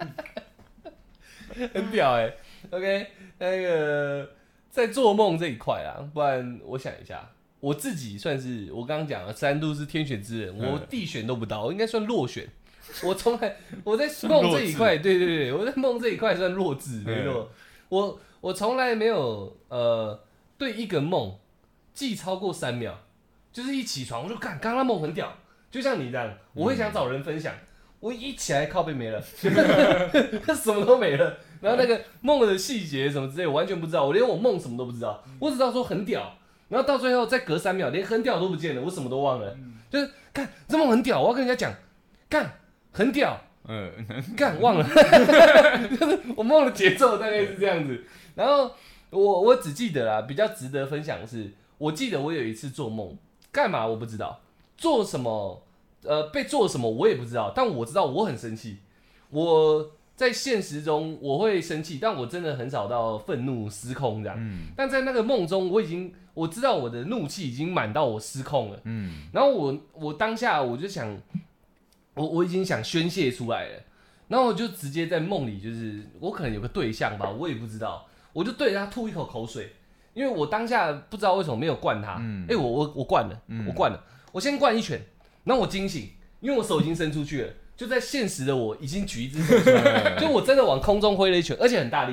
很屌哎、欸。OK， 那个在做梦这一块啊，不然我想一下，我自己算是我刚刚讲了，三度是天选之人，我地选都不到，我应该算弱选。我从来我在梦这一块，对对对，我在梦这一块算弱智，没错，我。我从来没有呃对一个梦记超过三秒，就是一起床我就看，刚刚梦很屌，就像你这样，我会想找人分享。我一起来靠背没了，什么都没了。然后那个梦的细节什么之类，我完全不知道，我连我梦什么都不知道，我只知道说很屌。然后到最后再隔三秒，连很屌都不见了，我什么都忘了。就是看这梦很屌，我要跟人家讲，干很屌，嗯，干忘了，就是我梦的节奏大概是这样子。然后我我只记得啦，比较值得分享的是，我记得我有一次做梦，干嘛我不知道，做什么，呃，被做什么我也不知道，但我知道我很生气。我在现实中我会生气，但我真的很少到愤怒失控这样。嗯。但在那个梦中，我已经我知道我的怒气已经满到我失控了。嗯。然后我我当下我就想，我我已经想宣泄出来了，然后我就直接在梦里，就是我可能有个对象吧，我也不知道。我就对着他吐一口口水，因为我当下不知道为什么没有灌他。嗯，哎、欸，我我我灌了，嗯、我灌了，我先灌一拳，然后我惊醒，因为我手已经伸出去了，就在现实的我已经举一只手出来，就我真的往空中挥了一拳，而且很大力。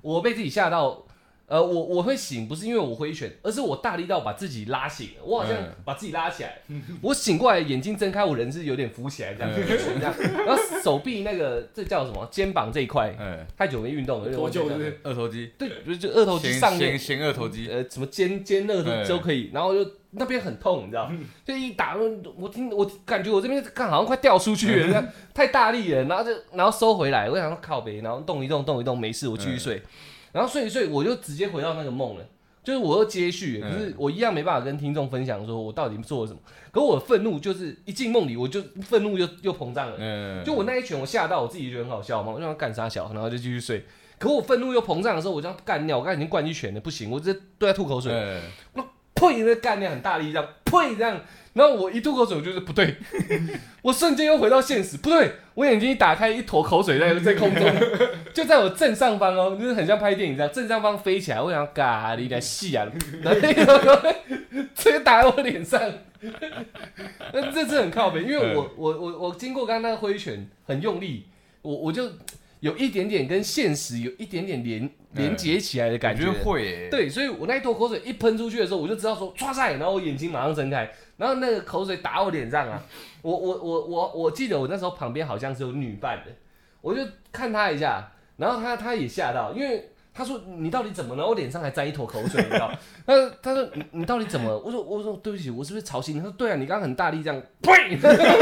我被自己吓到。呃，我我会醒，不是因为我挥拳，而是我大力到把自己拉醒了。我好像把自己拉起来，嗯、我醒过来，眼睛睁开，我人是有点浮起来这样，嗯、这样。然后手臂那个这叫什么？肩膀这一块，嗯、太久没运动了， 多久是二头肌？ 对，就就二头肌上面， 前二头肌， 呃，什么肩肩二头都可以。然后就那边很痛，你知道？就一打，我听我感觉我这边干好像快掉出去了，这样太大力了，然后就然后收回来，我想说靠北，然后动一动动一动没事，我继续睡。嗯然后睡一睡，我就直接回到那个梦了，就是我又接续，可是我一样没办法跟听众分享说我到底做了什么。可是我的愤怒就是一进梦里，我就愤怒又又膨胀了。就我那一拳我吓到，我自己觉得很好笑嘛，我就想干啥小，然后就继续睡。可我愤怒又膨胀的时候，我这样干尿，我刚才已经灌一拳了，不行，我直接对他吐口水，我呸，那干尿很大力这样，呸这样。然后我一吐口水，我就是不对，我瞬间又回到现实，不对，我眼睛一打开，一坨口水在在空中，就在我正上方哦，就是很像拍电影这样，正上方飞起来，我想咖喱来戏啊，然后直接打在我脸上，那这次很靠北，因为我我我我经过刚刚那个挥拳很用力，我我就有一点点跟现实有一点点连连接起来的感觉， 我觉得会、欸， 对，所以我那一坨口水一喷出去的时候，我就知道说唰塞，然后我眼睛马上睁开。然后那个口水打我脸上啊，我我我我我记得我那时候旁边好像是有女伴的，我就看她一下，然后她她也嚇到，因为她说你到底怎么了？我脸上还沾一坨口水，你知道？她她说你你到底怎么了？我说我说对不起，我是不是吵醒你？她说对啊，你刚刚很大力这样，呸！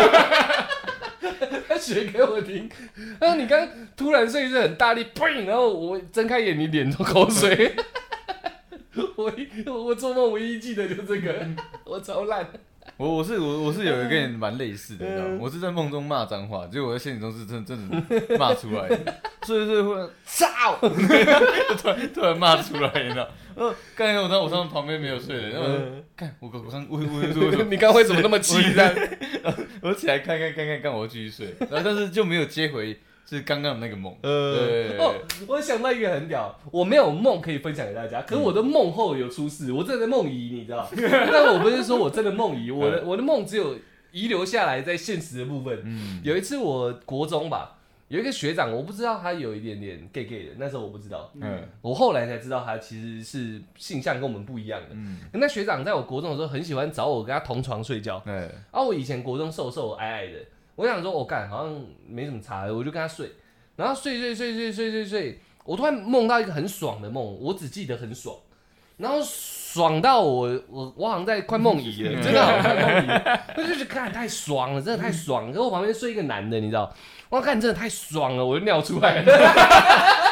她学给我听，她说你刚突然睡睡很大力，呸！然后我睁开眼，你脸都口水。我我做梦唯一记得就这个，我超烂。 我我是我我是有一个人蛮类似的，你知道吗？我是在梦中骂脏话，结果我在现实中是真真的骂出来的，所以所以会操，突然突然骂出来，你知道？呃，刚才我在我上旁边没有睡的，然后看我我刚我我你刚刚为什么那么气呢？ 我起来看看看看看，我继续睡，然后但是就没有接回。是刚刚的那个梦， 呃，哦，我想到一个很屌，我没有梦可以分享给大家，可是我的梦后有出事，我真的梦遗，你知道？但我不是说我真的梦遗，我的我的梦只有遗留下来在现实的部分。嗯，有一次我国中吧，有一个学长，我不知道他有一点点 gay gay 的，那时候我不知道，嗯，我后来才知道他其实是性向跟我们不一样的。嗯，那学长在我国中的时候很喜欢找我跟他同床睡觉，嗯，啊，我以前国中瘦瘦矮矮的。我想说，我、哦、干好像没什么差，我就跟他睡，然后睡睡睡睡睡睡睡，我突然梦到一个很爽的梦，我只记得很爽，然后爽到我我我好像在快梦遗了，真的好像快梦遗了，我就觉得看太爽了，真的太爽了。可是我旁边睡一个男的，你知道，我看真的太爽了，我就尿出来了。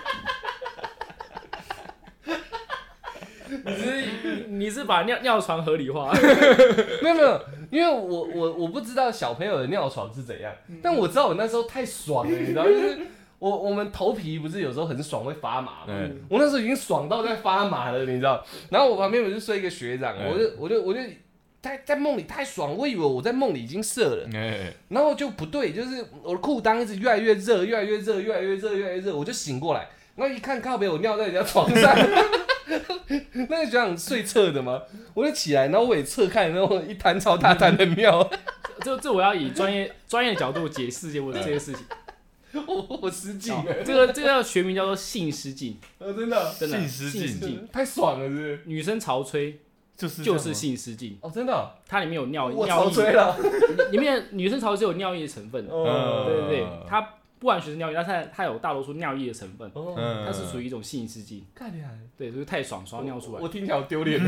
你是你是把尿尿床合理化？ 没有没有，因为我我我不知道小朋友的尿床是怎样，但我知道我那时候太爽了，你知道，就是我我们头皮不是有时候很爽会发麻嘛，嗯、我那时候已经爽到在发麻了，你知道。然后我旁边不是睡一个学长，嗯、我就我就我就在在梦里太爽，我以为我在梦里已经射了，嗯、然后就不对，就是我的裤裆一直越来越热，越来越热，越来越热，越来越热，我就醒过来，然后一看靠北，我尿在人家床上。那个学长睡侧的吗？我就起来，然后我也侧看，然后一滩超大滩的尿。 这这我要以专业专业角度解释这这些事情。 我我失禁了。 这个这个学名叫做性失禁。 呃，真的， 真的性失禁， 太爽了，是不是？ 女生潮吹就是就是性失禁。 哦，真的、哦， 它里面有尿我尿潮吹了， 里面女生潮吹有尿液的成分的。哦，对对对，它。不完全是尿液，但是它有大多数尿液的成分，哦、它是属于一种性失禁。 太厉害了， 对，就是太爽，爽到尿出来。 我, 我听起来好丢脸。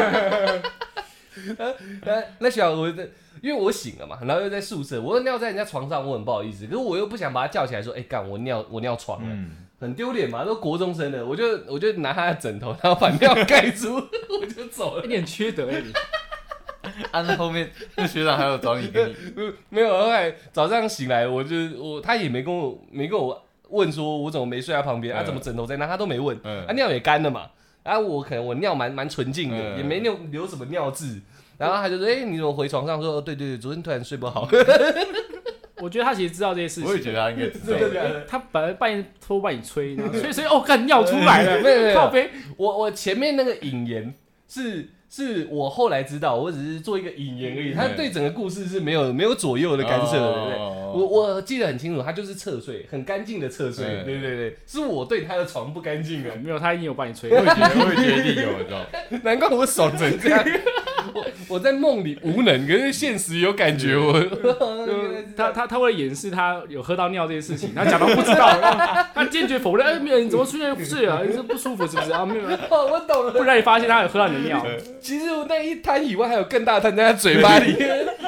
那那小我的，因为我醒了嘛，然后又在宿舍，我又尿在人家床上，我很不好意思，可是我又不想把他叫起来说，哎、欸、干，我尿我尿床了，嗯、很丢脸嘛，都国中生了，我就我就拿他的枕头，然后把尿盖住，我就走了， 一点缺德哎你。 啊，那后面那学长还有找你跟你没有，后来早上醒来，我就我他也没跟我没跟我问说我怎么没睡在旁边、嗯、啊，怎么枕头在那，他都没问，嗯、啊尿也干了嘛，啊我可能我尿蛮蛮纯净的，嗯、也没留留什么尿渍，然后他就说哎、欸、你怎么回床上说对对对，昨天突然睡不好。 我觉得他其实知道这些事情， 我也觉得他应该知道。 他本来半夜偷把你吹，然后吹吹哦，干尿出来了， 没有没有，靠背，我我前面那个引言是。 是我后来知道，我只是做一个引言而已。他对整个故事是没有没有左右的干涉的，对不对？我我记得很清楚，他就是侧睡，很干净的侧睡，对对对，是我对他的床不干净啊。 没有，他一定有帮你吹。 我也觉得，我也觉得一定有，你知道？ 难怪我爽成这样。我我在梦里无能，可是现实有感觉。我他他他为了掩饰他有喝到尿这件事情，他假装不知道，他坚决否认。哎，没有，你怎么出现睡了？你是不舒服是不是啊？没有， 我懂了， 不让你发现他有喝到你的尿。 其实我那一滩以外还有更大的滩在他嘴巴里，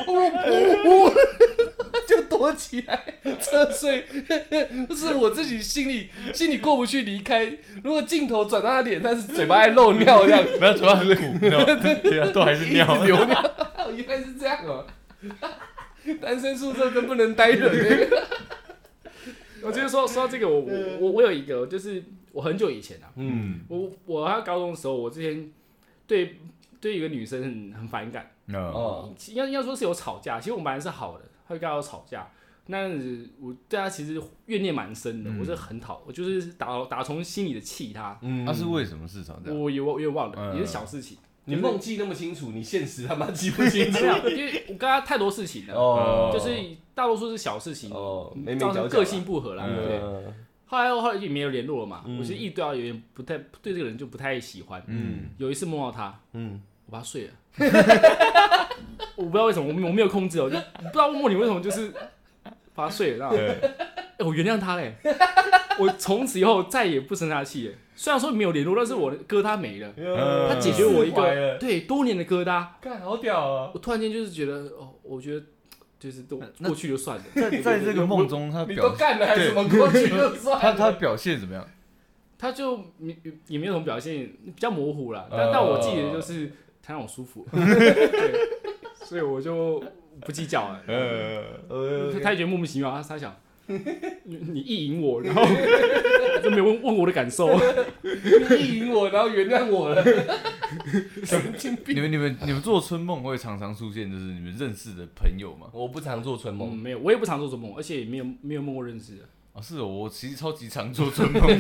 就躲起来侧睡，是我自己心里心里过不去离开。如果镜头转到他脸，但是嘴巴还漏尿这样， 没有，嘴巴是苦，对啊，都还是尿流尿，原来是这样哦。单身宿舍真不能待人。 我就是说说到这个，我我我有一个，就是我很久以前啊，嗯，我我在高中的时候，我之前对对一个女生很很反感，哦，应该应该说是有吵架，其实我们本来是好的，会跟她有吵架，那我对她其实怨念蛮深的，嗯、我是很讨，我就是打打从心里的气她。 嗯，那、啊、是为什么是吵架？ 我也我也忘了，嗯、也是小事情。 你梦记那么清楚，你现实他妈记不清楚。 因为我跟他太多事情了，哦、就是大多数是小事情，哦、造成个性不合啦，对不对？后来后来也没有联络了嘛，嗯、我其实一直对他有点不太对这个人就不太喜欢。嗯，有一次梦到他，嗯，我把他睡了，我不知道为什么，我我没有控制，我就不知道梦里为什么就是把他睡了，欸、我原谅他嘞，我从此以后再也不生他气了。虽然说没有联络，但是我的疙瘩没了，嗯、他解决我一个对多年的疙瘩， 干好屌啊！ 我突然间就是觉得，哦，我觉得就是都过去就算了。 在在这个梦中，他你都干了还是什么过去就算了？ 他他表现怎么样？ 他就也没有什么表现，比较模糊啦。但、呃、但我记得就是他让我舒服，对，所以我就不计较了。呃，他也觉得莫名其妙，他他想。你意淫我，然后就没有问问我的感受。 你意淫我，然后原谅我了。神经病！ 你们你们你们做春梦会常常出现，就是你们认识的朋友吗？ 我不常做春梦、 嗯，没有，我也不常做春梦，而且也没有没有梦过认识的。 哦，是哦，我其实超级常做春梦。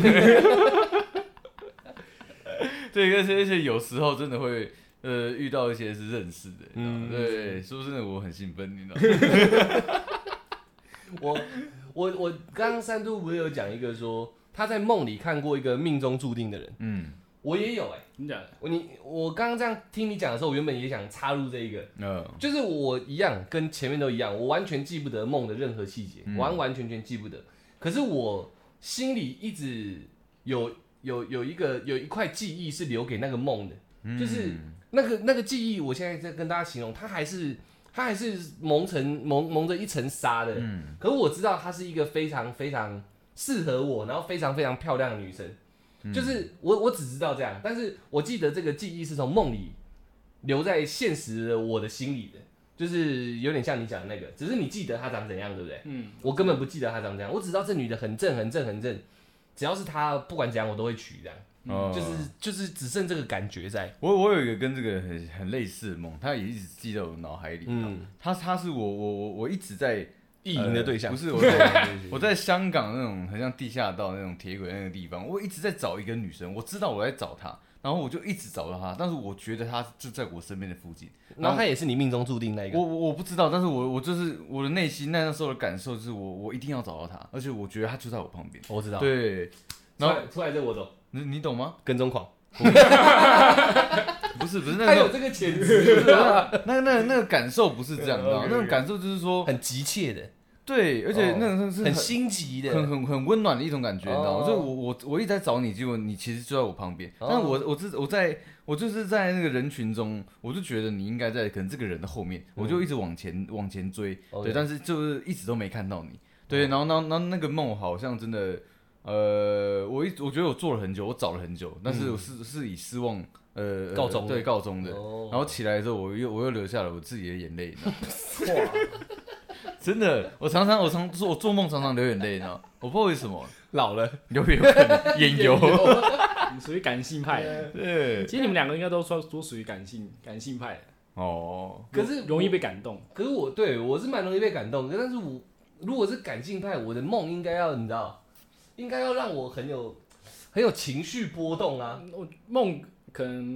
对，而且而且有时候真的会呃遇到一些是认识的，嗯，对，说真的我很兴奋，你知道吗？ 我。我我刚刚三度不是有讲一个说他在梦里看过一个命中注定的人，嗯，我也有哎、欸， 真的？ 你我刚刚这样听你讲的时候，我原本也想插入这一个，嗯，就是我一样跟前面都一样，我完全记不得梦的任何细节，嗯、完完全全记不得。可是我心里一直有有有一个有一块记忆是留给那个梦的，嗯、就是那个那个记忆，我现在在跟大家形容，它还是。她还是蒙层蒙蒙着一层纱的，嗯，可是我知道她是一个非常非常适合我，然后非常非常漂亮的女生，嗯、就是我我只知道这样，但是我记得这个记忆是从梦里留在现实的我的心里的，就是有点像你讲的那个，只是你记得她长怎样，对不对？嗯，我根本不记得她长怎样，我只知道这女的很正很正很正，只要是她不管怎样我都会娶这样。嗯、就是就是只剩这个感觉在。 我我有一个跟这个很很类似的梦，他也一直记在我脑海里。嗯，他他是我我我我一直在意淫的对象， 呃、不是我在我在香港那种很像地下道那种铁轨那个地方，我一直在找一个女生，我知道我在找她，然后我就一直找到她，但是我觉得她就在我身边的附近， 然后她也是你命中注定那一个。 我我不知道，但是我我就是我的内心那时候的感受就是我我一定要找到她，而且我觉得她就在我旁边。 我知道， 对， 然后出来这我懂。 你你懂吗？ 跟踪狂， 不是不是那个， 他有这个潜质， 那那那个感受不是这样的，那种感受就是说很急切的， 对，而且那种是很心急的， 很很很温暖的一种感觉，你知道吗？就我我我一直在找你，结果你其实就在我旁边，但我我我在我就是在那个人群中，我就觉得你应该在可能这个人的后面，我就一直往前往前追，对，但是就是一直都没看到你，对，然后然后然后那个梦好像真的。呃，我一我觉得我做了很久，我找了很久，但是我是、嗯、是以失望呃告终， 对告终的。哦、然后起来之后，我又我又流下了我自己的眼泪，哇！真的，我常常我常我做梦常常流眼泪，你知道？我不知道为什么， 老了有有可能眼油， 你属于感性派的。 对， 其实你们两个应该都算都属于感性感性派的。 哦， 可是容易被感动。 可是我对我是蛮容易被感动的，但是我如果是感性派，我的梦应该要你知道。应该要让我很有很有情绪波动啊！ 我梦可能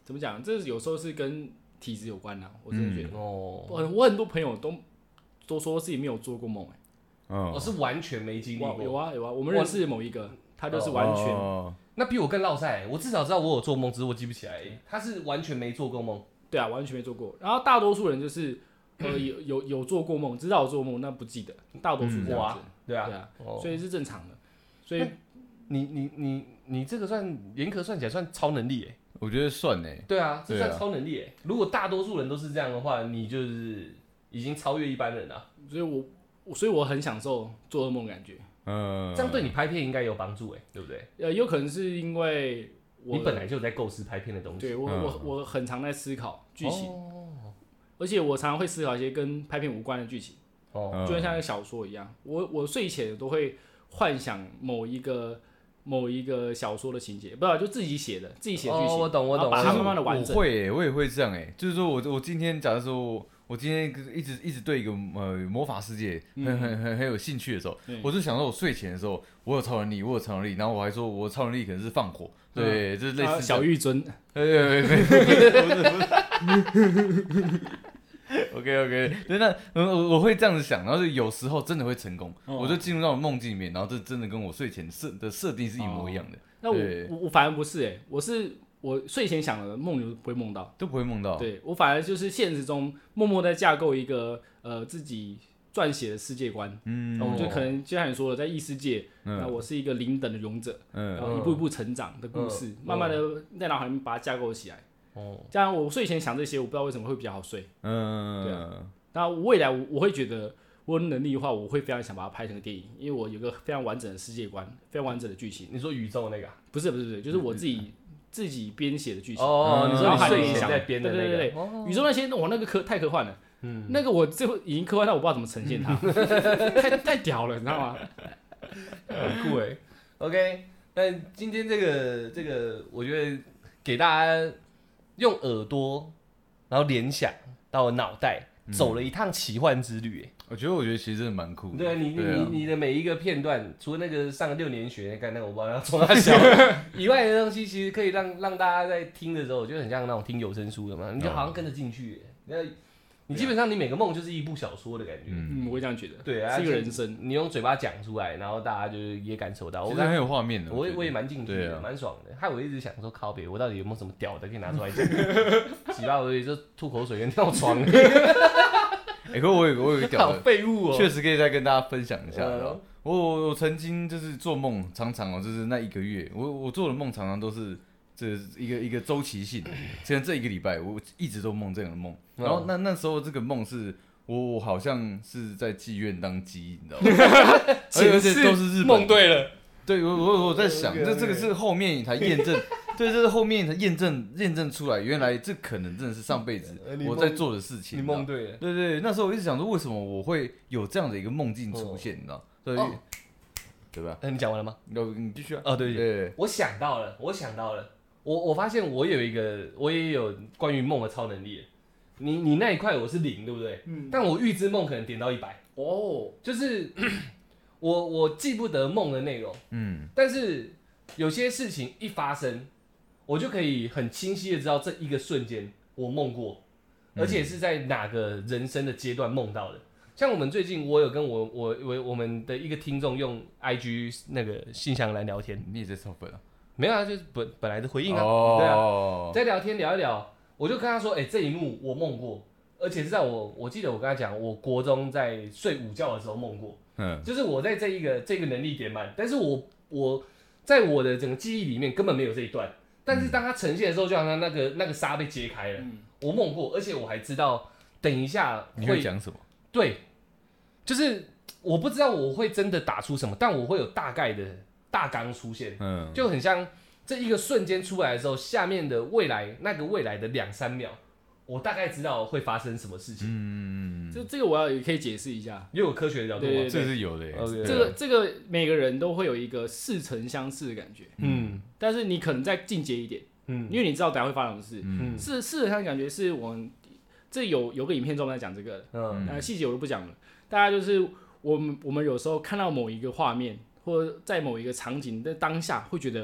怎么讲？这有时候是跟体质有关的、啊，我真的觉得。嗯、哦，我我很多朋友都都说自己没有做过梦、欸， 哎、哦，我是完全没经历过。 有啊有啊，我们认识的某一个，他就是完全。哦、 那比我更落赛、欸，我至少知道我有做梦，只是我记不起来、欸。他是完全没做过梦。 对啊，完全没做过。然后大多数人就是呃有有有做过梦，知道有做梦，那不记得，大多数这样子。嗯、 对啊， 对啊，哦、所以是正常的。所以你你你你这个算严格算起来算超能力哎、欸， 我觉得算哎、欸。 对啊，这算超能力哎、欸。如果大多数人都是这样的话，你就是已经超越一般人了。 所以我所以我很享受做噩梦的感觉。 嗯，这样对你拍片应该有帮助哎、欸，对不对？ 呃，有可能是因为我你本来就在构思拍片的东西。 对我、嗯、我我很常在思考剧情、哦，而且我常常会思考一些跟拍片无关的剧情。哦，就像像小说一样，我我睡前都会幻想某一个。某一个小说的情节，不知道就自己写的，自己写的剧情、 哦，我懂我懂， 把它慢慢的完整。 我会、欸，我也会这样哎、欸，就是说我我今天假如说我我今天一直一直对一个呃魔法世界很很很很有兴趣的时候，嗯、我就想说我睡前的时候我有超能力，我有超能力，然后我还说我超能力可能是放火，对，嗯、就是类似小玉尊， 对对对，不是不是。OK OK， 对，那我我会这样子想，然后就有时候真的会成功，哦、我就进入到梦境里面，然后这真的跟我睡前设的设定是一模一样的。哦、 那我我我反而不是哎、欸，我是我睡前想的梦就不会梦到， 都不会梦到。 对我反而就是现实中默默在架构一个呃自己撰写的世界观，嗯，我就可能就像你说的，在异世界，嗯、那我是一个零等的勇者，嗯，然后一步一步成长的故事，嗯、慢慢的在脑海里面把它架构起来。哦，这样我睡前想这些，我不知道为什么会比较好睡。嗯，对啊。那未来我我会觉得我有能力的话，我会非常想把它拍成电影，因为我有个非常完整的世界观，非常完整的剧情。 你说宇宙那个、啊？ 不是不是不是，就是我自己、嗯、自己编写的剧情。 哦，你说你睡前在编的那个？ 对对对对，哦、宇宙那些我那个科太科幻了。嗯，那个我最后已经科幻到我不知道怎么呈现它，太太屌了，你知道吗？ 很酷哎。OK， 但今天这个这个，我觉得给大家。用耳朵，然后联想到脑袋，走了一趟奇幻之旅、欸。 我觉得，我觉得其实真的蛮酷的。 对啊，你你、啊、你的每一个片段，除了那个上六年学，看那个我不知道要从哪小以外的东西，其实可以让让大家在听的时候，我觉得很像那种听有声书的嘛，你就好像跟着进去、欸。那、嗯，你基本上你每个梦就是一部小说的感觉。 嗯，我会这样觉得。 对啊， 是一个人生。 你用嘴巴讲出来，然后大家就是也感受到。 其实很有画面的。 我我也蛮进去的，蛮、啊、爽的。害我一直想说，靠北，我到底有没有什么屌的可以拿出来讲？洗吧，我也就吐口水跟尿床。 哎、欸，可我有我有一个屌的， 好废物哦。 确实可以再跟大家分享一下。呃、我我曾经就是做梦，常常哦，就是那一个月，我我做的梦常常都是。这一个一个周期性的，像这一个礼拜我一直都梦这样的梦，然后那那时候这个梦是我我好像是在妓院当鸡，你知道吗？而且都是日本梦对了， 对我我我在想，这这个是后面才验证，对，这是后面才验证验证出来，原来这可能真的是上辈子我在做的事情。 你梦对了， 对对，那时候我一直想说，为什么我会有这样的一个梦境出现，你知道？所以。哦对吧？ 那、呃、你讲完了吗？ 你继续啊。 哦，对 对, 對，我想到了，我想到了。我我发现我有一个，我也有关于梦的超能力。你你那一块我是零，对不对？嗯。但我预知梦可能点到一百。哦。就是我我记不得梦的内容。嗯。但是有些事情一发生，我就可以很清晰的知道这一个瞬间我梦过，而且是在哪个人生的阶段梦到的。像我们最近，我有跟我我我我们的一个听众用 I G 那个信箱来聊天。 你也在抽粉啊？ 没有啊，就是本本来的回应啊， oh. 对啊，在聊天聊一聊，我就跟他说，哎、欸，这一幕我梦过，而且是在我我记得我跟他讲，我国中在睡午觉的时候梦过，嗯，就是我在这一个这个能力点满，但是我我在我的整个记忆里面根本没有这一段，但是当它呈现的时候，就好像那个那个纱被揭开了，嗯、我梦过，而且我还知道等一下会你会讲什么， 对，就是我不知道我会真的打出什么，但我会有大概的。大纲出现，嗯，就很像这一个瞬间出来的时候，下面的未来那个未来的两三秒，我大概知道会发生什么事情。嗯， 这这个我要也可以解释一下， 又有科学的角度吗？ 这是有的。 Okay. 这个这个每个人都会有一个似曾相识的感觉，嗯，但是你可能再进阶一点，嗯，因为你知道等下会发生什么事，嗯，似似曾相识感觉是我们这有有个影片专门在讲这个，嗯，呃细节我就不讲了，大概就是我们我们有时候看到某一个画面。或者在某一个场景的当下，会觉得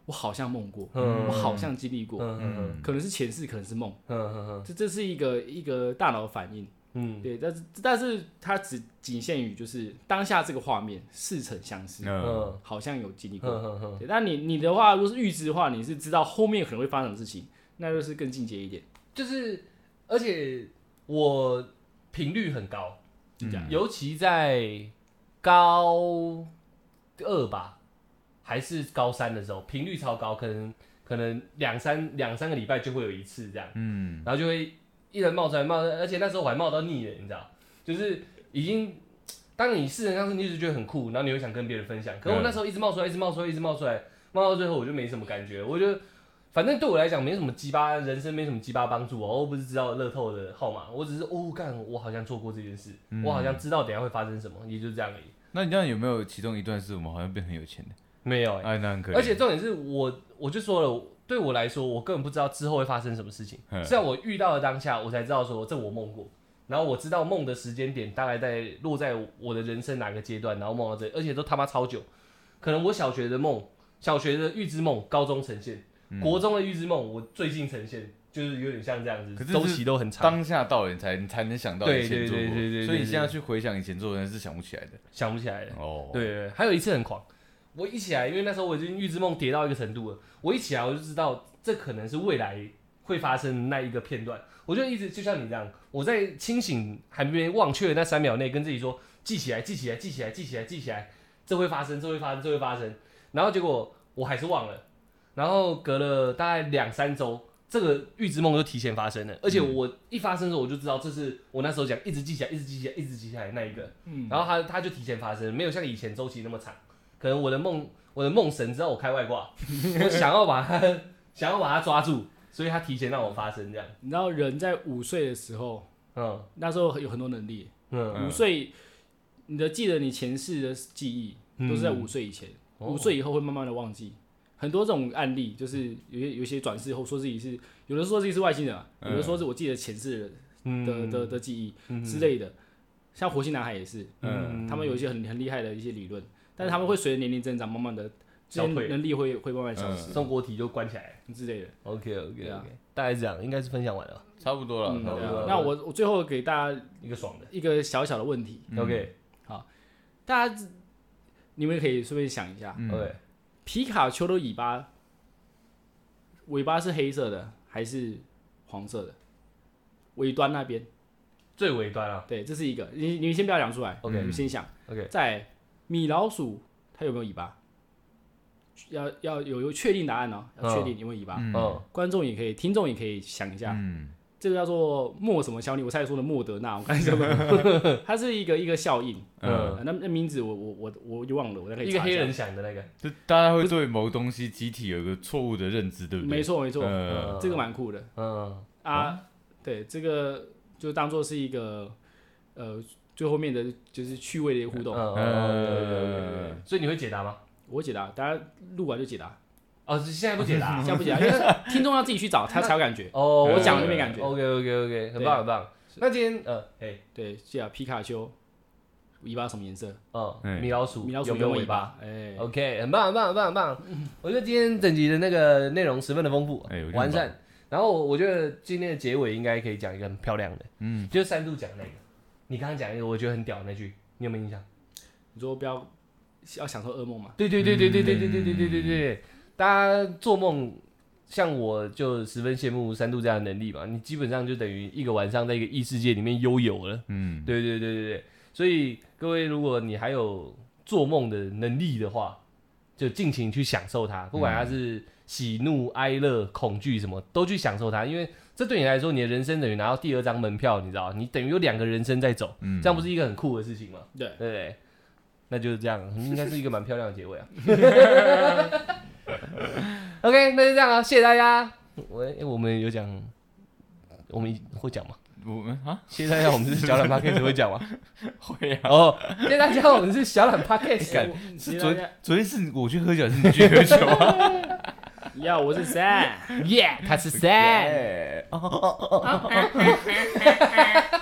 我好像梦过，嗯、我好像经历过，嗯嗯、可能是前世，可能是梦，嗯嗯嗯、这这是一个一个大脑的反应，嗯，对，但是但是它只仅限于就是当下这个画面似曾相识，嗯，好像有经历过，嗯嗯、对，但你你的话，如果是预知的话，你是知道后面可能会发生的事情，那就是更进阶一点， 就是而且我频率很高，嗯、尤其在高二吧。还是高三的时候，频率超高，可能可能两三两三个礼拜就会有一次这样，嗯，然后就会一人冒出来冒，而且那时候我还冒到腻了，你知道，就是已经当你事实上是你一直觉得很酷，然后你会想跟别人分享，可是我那时候一直冒出来，一直冒出来，一直冒出来，冒到最后我就没什么感觉，我就反正对我来讲没什么鸡巴，人生没什么鸡巴帮助，我又不是知道乐透的号码，我只是哦干，我好像做过这件事，嗯、我好像知道等一下会发生什么，也就这样而已。 那你这样有没有其中一段是我们好像变很有钱的？ 没有、欸， 哎，那很可怜。 而且重点是我，我就说了，对我来说，我根本不知道之后会发生什么事情。是在我遇到的当下，我才知道说这我梦过，然后我知道梦的时间点大概在落在我的人生哪个阶段，然后梦到这，而且都他妈超久。可能我小学的梦，小学的预知梦，高中呈现，嗯、国中的预知梦，我最近呈现，就是有点像这样子，周期都很长。 当下到了你才你才能想到以前做过，对对对对对，所以你现在去回想以前做的人是想不起来的， 想不起来的。哦，对 对, 對，还有一次很狂。我一起来，因为那时候我已经预知梦跌到一个程度了。我一起来，我就知道这可能是未来会发生的那一个片段。我就一直就像你这样，我在清醒还没忘却的那三秒内，跟自己说记起来，记起来，记起来，记起来，记起来，这会发生，这会发生，这会发生。然后结果我还是忘了。然后隔了大概两三周，这个预知梦就提前发生了。而且我一发生的时候，我就知道这是我那时候讲一直记起来，一直记起来，一直记起来的那一个。嗯。然后它它就提前发生，没有像以前周期那么长。可能我的梦，我的梦神知道我开外挂，我想要把他，想要把他抓住，所以他提前让我发生这样。 你知道人在五岁的时候，嗯，那时候有很多能力，嗯，五岁，你的记得你前世的记忆都是在五岁以前，五岁、嗯、以后会慢慢的忘记。很多这种案例，就是有些有些转世后说自己是，有的说自己是外星人、啊，有的说是我记得前世的、嗯、的的的记忆、嗯、之类的。像火星男孩也是，嗯，他们有一些很很厉害的一些理论。但是他们会随着年龄增长，慢慢的，这些能力会会慢慢消失， 中国体就关起来之类的。 OK OK OK，大概是这样，应该是分享完了， 差不多了。 嗯、啊、那我我最后给大家一个爽的， 一个小小的问题。 嗯、OK， 好，大家你们可以顺便想一下，嗯、OK， 皮卡丘的尾巴，尾巴是黑色的还是黄色的？尾端那边， 最尾端啊。 对，这是一个，你你先不要讲出来 ，OK， 你先想 ，OK， 在。米老鼠它有没有尾巴？要要有有确定答案哦，要确定有没有尾巴。嗯，观众也可以，听众也可以想一下。嗯，这个叫做莫什么效应，我才说的莫德纳，我刚才说的，它是一个一个效应。嗯，那那名字我我我我就忘了，我再可以查一下。 一个黑人想的那个， 就大家会对某个东西集体有个错误的认知，对不对？ 没错没错，嗯、这个蛮酷的。嗯啊，对，这个就当做是一个呃。最后面的就是趣味的一个互动，嗯嗯对对对， 所以你会解答吗？ 我会解答，大家录完就解答。 哦，现在不解答， 现在不解答，因为听众要自己去找，他才有感觉。哦，我讲就没感觉。 OK OK OK， 很棒很棒。那今天呃，哎， 对，记得皮卡丘尾巴什么颜色？ 哦，米老鼠， 米老鼠有没有尾巴？哎 ，OK， 很棒很棒很棒很棒。我觉得今天整集的那个内容十分的丰富，完善。然后我觉得今天的结尾应该可以讲一个很漂亮的，嗯，就是三度讲那个。你刚刚讲一个我觉得很屌的那句，你有没有印象？ 你说不要要享受噩梦嘛？ 对对对对对对对对对对对对，大家做梦，像我就十分羡慕三度这样的能力嘛。你基本上就等于一个晚上在一个异世界里面悠游了。嗯，对对对对对。所以各位，如果你还有做梦的能力的话，就尽情去享受它，不管它是喜怒哀乐、恐惧什么，都去享受它，因为。这对你来说，你的人生等于拿到第二张门票，你知道？你等于有两个人生在走，嗯、这样不是一个很酷的事情吗？ 对， 对不对？那就是这样，应该是一个蛮漂亮的结尾啊。OK， 那就这样啊，谢谢大家。我我们有讲，我们会讲吗？ 我们啊， 谢谢大家，我们是小懒 Podcast 会讲吗？ 会啊。 哦，谢谢大家，我们是小懒 Podcast。 是昨昨天是我去喝酒，还是你去喝酒啊？ 呀，我是 Sam， 耶， yeah, 他是 Sam。Yeah.